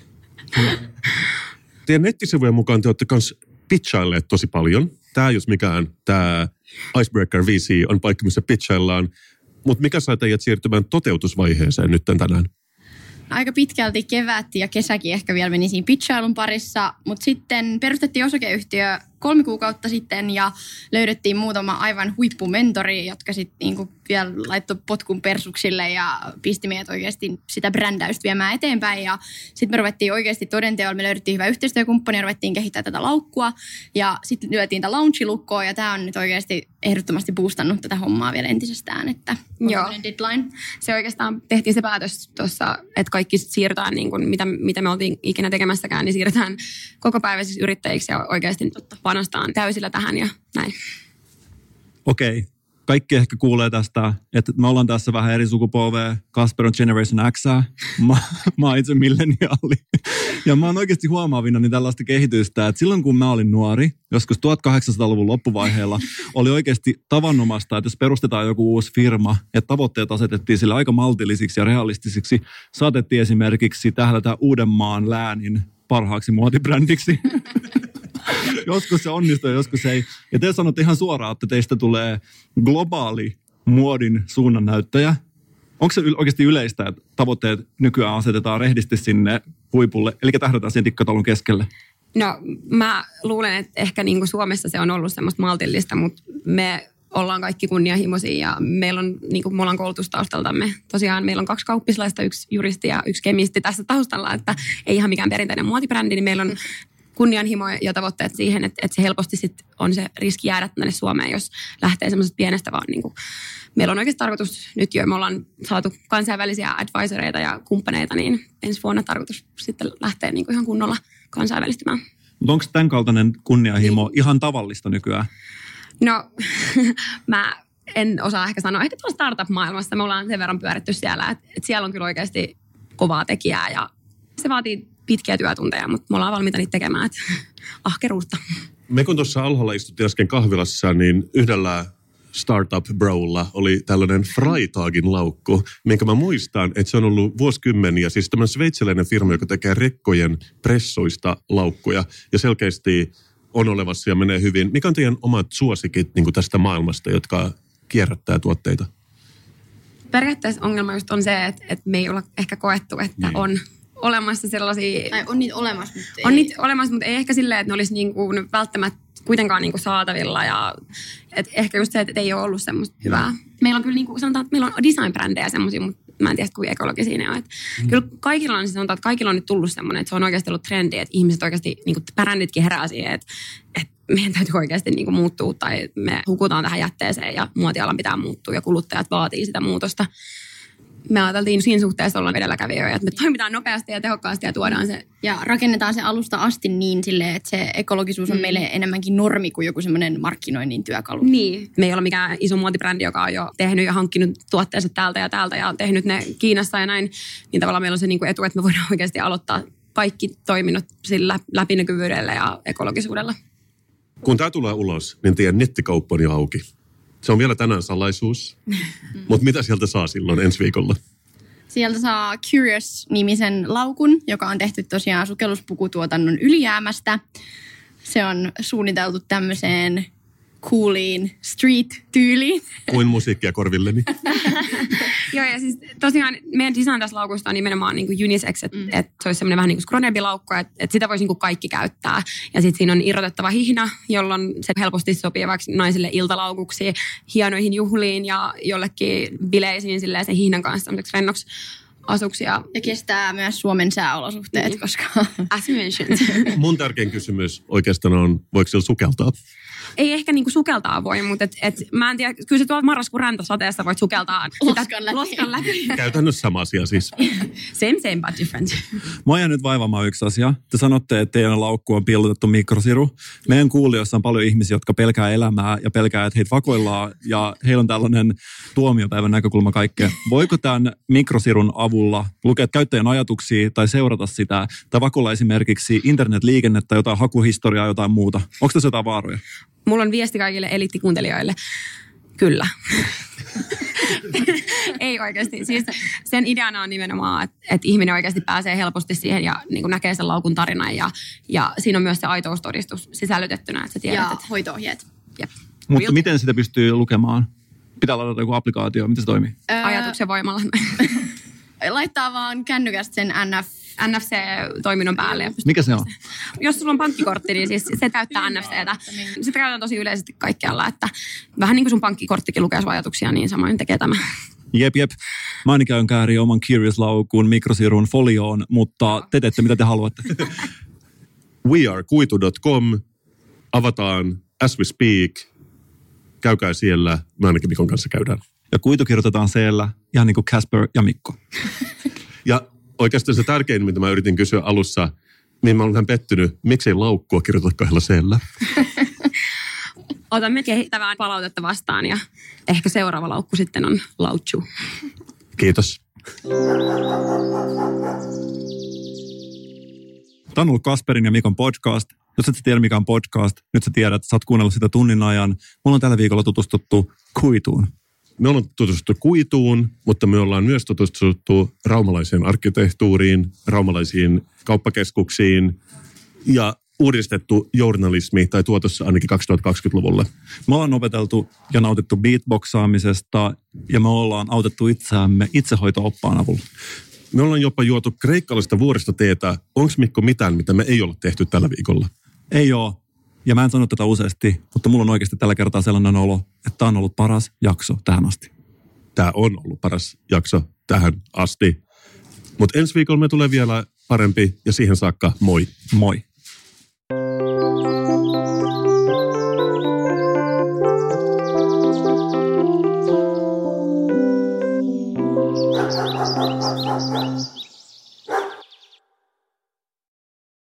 Teidän nettisivujen mukaan te olette myös pitchailleet tosi paljon. Tämä jos mikään, tämä Icebreaker VC on paikka, missä pitchaillaan. Mutta mikä sai teidät siirtymään toteutusvaiheeseen nyt tänään? Aika pitkälti kevät ja kesäkin ehkä vielä meni siinä pitchailun parissa, mutta sitten perustettiin osakeyhtiö 3 kuukautta sitten ja löydettiin muutama aivan huippumentori, jotka sitten niinku vielä laittoi potkun persuksille ja pisti meidät oikeasti sitä brändäystä viemään eteenpäin. Ja sitten me ruvettiin oikeasti todenteolla, me löydettiin hyvä yhteistyökumppani ja ruvettiin kehittämään tätä laukkua. Ja sitten lyötiin tämä launchilukkoon ja tämä on nyt oikeasti ehdottomasti boostannut tätä hommaa vielä entisestään, että on deadline. Se oikeastaan tehtiin se päätös tuossa, että kaikki siirrytään, niin kuin mitä me oltiin ikinä tekemässäkään, niin siirrytään kokopäiväisiksi yrittäjiksi ja oikeasti panostaan täysillä tähän ja näin. Okei. Kaikki ehkä kuulee tästä, että me ollaan tässä vähän eri sukupolvea. Kasper on Generation X, mä oon itse milleniaali. Ja mä oon oikeasti huomaavinani tällaista kehitystä, että silloin kun mä olin nuori, joskus 1800-luvun loppuvaiheella, oli oikeasti tavanomasta, että jos perustetaan joku uusi firma, että tavoitteet asetettiin sille aika maltillisiksi ja realistisiksi, saatettiin esimerkiksi tähdätä Uudenmaan läänin parhaaksi muotibrändiksi. Joskus se onnistuu ja joskus ei. Ja te sanotte ihan suoraan, että teistä tulee globaali muodin suunnannäyttäjä. Onko se oikeasti yleistä, että tavoitteet nykyään asetetaan rehdisti sinne huipulle, eli tähdätään siihen tikkataulun keskelle? No mä luulen, että ehkä niin kuin Suomessa se on ollut semmoista maltillista, mutta me ollaan kaikki kunnianhimoisia ja meillä on, niin kuin me ollaan koulutustaustaltamme. Tosiaan meillä on 2 kauppislaista, 1 juristi ja 1 kemisti tässä taustalla, että ei ihan mikään perinteinen muotibrändi, niin meillä on kunnianhimo ja tavoitteet siihen, että se helposti sit on se riski jäädä tänne Suomeen, jos lähtee semmoisesta pienestä vaan. Niin kuin, meillä on oikeasti tarkoitus nyt jo, me ollaan saatu kansainvälisiä advisoreita ja kumppaneita, niin ensi vuonna tarkoitus sitten lähteä niin kuin ihan kunnolla kansainvälistymään. Mutta onko tämän kaltainen kunnianhimo ihan tavallista nykyään? No, mä en osaa ehkä sanoa. Ehkä tuolla startup-maailmassa me ollaan sen verran pyöritty siellä, että siellä on kyllä oikeasti kovaa tekijää ja se vaatii pitkiä työtunteja, mutta me ollaan valmiita niitä tekemään, että ahkeruutta. Me kun tuossa alhaalla istuttiin äsken kahvilassa, niin yhdellä startup-brolla oli tällainen Freitagin laukku, minkä mä muistan, että se on ollut vuosikymmeniä. Siis tämmöinen sveitsiläinen firma, joka tekee rekkojen pressuista laukkuja ja selkeästi on olevassa ja menee hyvin. Mikä on teidän omat suosikit niin kuin tästä maailmasta, jotka kierrättää tuotteita? Periaatteessa ongelma just on se, että me ei olla ehkä koettu, että on olemassa sellaisia... Tai on niitä olemassa, mutta ei. On niitä olemassa, mutta ei ehkä silleen, että ne olisi niinku välttämättä kuitenkaan niinku saatavilla. Ja, ehkä just se, että ei ole ollut semmoista hyvää. Meillä on kyllä, niinku, sanotaan, että meillä on design-brändejä semmoisia, mutta mä en tiedä, kuinka ekologisia ne on. Kyllä kaikilla on, sanotaan, että kaikilla on nyt tullut semmoinen, että se on oikeasti ollut trendi, että ihmiset oikeasti, niinku, bränditkin herää siihen, että meidän täytyy oikeasti niinku muuttua tai me hukutaan tähän jätteeseen ja muotialan pitää muuttua ja kuluttajat vaatii sitä muutosta. me ajateltiin siinä suhteessa olla edelläkävijöitä, että me toimitaan nopeasti ja tehokkaasti ja tuodaan se. Ja rakennetaan se alusta asti niin silleen, että se ekologisuus on meille enemmänkin normi kuin joku semmoinen markkinoinnin työkalu. Niin. Me ei ole mikään iso muotibrändi, joka on jo tehnyt ja hankkinut tuotteensa täältä ja tehnyt ne Kiinassa ja näin. Niin tavallaan meillä on se niin kuin etu, että me voidaan oikeasti aloittaa kaikki toiminnot sillä läpinäkyvyydellä ja ekologisuudella. Kun tämä tulee ulos, niin teidän nettikauppa on jo auki. Se on vielä tänään salaisuus. Mutta mitä sieltä saa silloin ensi viikolla? Sieltä saa Curious-nimisen laukun, joka on tehty tosiaan sukelluspukutuotannon ylijäämästä. Se on suunniteltu tämmöiseen cooliin street-tyyliin. Kuin musiikkia korvilleni. Joo, ja siis tosiaan meidän design tässä laukusta on nimenomaan niin kuin unisex, että se olisi semmoinen vähän niin kuin skronempi laukku, että sitä voisi niin kuin kaikki käyttää. Ja sitten siinä on irrotettava hihna, jolloin se helposti sopii vaikka naisille iltalaukuksi, hienoihin juhliin ja jollekin bileisiin silleen sen hihnan kanssa semmoiseksi rennoksi asuksi. Ja kestää myös Suomen sääolosuhteet, koska as mentioned. Mun tärkein kysymys oikeastaan on, voiko siellä sukeltaa? Ei ehkä niinku sukeltaa voi, mutta mä en tiedä, kyllä se tuolla marraskuun räntäsateessa voit sukeltaa loskan läpi. Käytännössä sama asia siis. Same but different. Mä jää nyt vaivamaan yksi asia. Te sanotte, että teidän laukku on piilotettu mikrosiru. Meidän kuulijoissa on paljon ihmisiä, jotka pelkää elämää ja pelkää, että heitä vakoillaan ja heillä on tällainen tuomiopäivän näkökulma kaikkea. Voiko tämän mikrosirun avulla lukea käyttäjän ajatuksia tai seurata sitä tai vakoilla esimerkiksi internetliikennettä, jotain hakuhistoriaa, jotain muuta? Onko tässä jotain vaaroja? Mulla on viesti kaikille eliittikuuntelijoille. Kyllä. Ei oikeasti. Siis sen ideana on nimenomaan, että ihminen oikeasti pääsee helposti siihen ja niin kuin näkee sen laukun tarinan. Ja siinä on myös se aitoustodistus sisällytettynä, että sä tiedät, ja että hoito-ohjeet. Jep. Mutta miten sitä pystyy lukemaan? Pitää ladata joku applikaatio. Miten se toimii? Ajatuksen voimalla. Laittaa vaan kännykästä sen NFC-toiminnon päälle. Mikä se on? Jos sulla on pankkikortti, niin siis se täyttää NFCtä. Sitä käytetään tosi yleisesti kaikkialla, että vähän niin kuin sun pankkikorttikin lukee sun ajatuksia, niin samoin tekee tämä. Jep. Mä ainakin käyn kääriä oman Curious-laukun mikrosirun folioon, mutta te teette mitä te haluatte. wearekuitu.com. Avataan as we speak. Käykää siellä. Me ainakin Mikon kanssa käydään. Ja kuitu kirjoitetaan siellä, ihan niin kuin Casper ja Mikko. Ja oikeastaan se tärkein, mitä mä yritin kysyä alussa, mihin mä olen vähän pettynyt, miksei laukkua kirjoiteta kahdella siellä? Otamme kehittävää palautetta vastaan ja ehkä seuraava laukku sitten on Lautchu. Kiitos. Tämä on ollut Kasperin ja Mikon podcast. Jos et tiedä, mikä on podcast, nyt sä tiedät, että sä oot kuunnellut sitä tunnin ajan. Mulla on tällä viikolla tutustuttu kuituun. Me ollaan tutustuttu kuituun, mutta me ollaan myös tutustuttu raumalaiseen arkkitehtuuriin, raumalaisiin kauppakeskuksiin ja uudistettu journalismi tai tuotossa ainakin 2020-luvulla. Me ollaan opeteltu ja nautittu beatboxaamisesta ja me ollaan autettu itseämme itsehoito-oppaan avulla. Me ollaan jopa juotu kreikkalaista vuoristoteetä. Onko Mikko mitään, mitä me ei ole tehty tällä viikolla? Ei oo. Ja mä en sano tätä useasti, mutta mulla on oikeasti tällä kertaa sellainen olo, että tämä on ollut paras jakso tähän asti. Tämä on ollut paras jakso tähän asti. Mutta ensi viikolla me tulee vielä parempi ja siihen saakka moi. Moi. Thank you.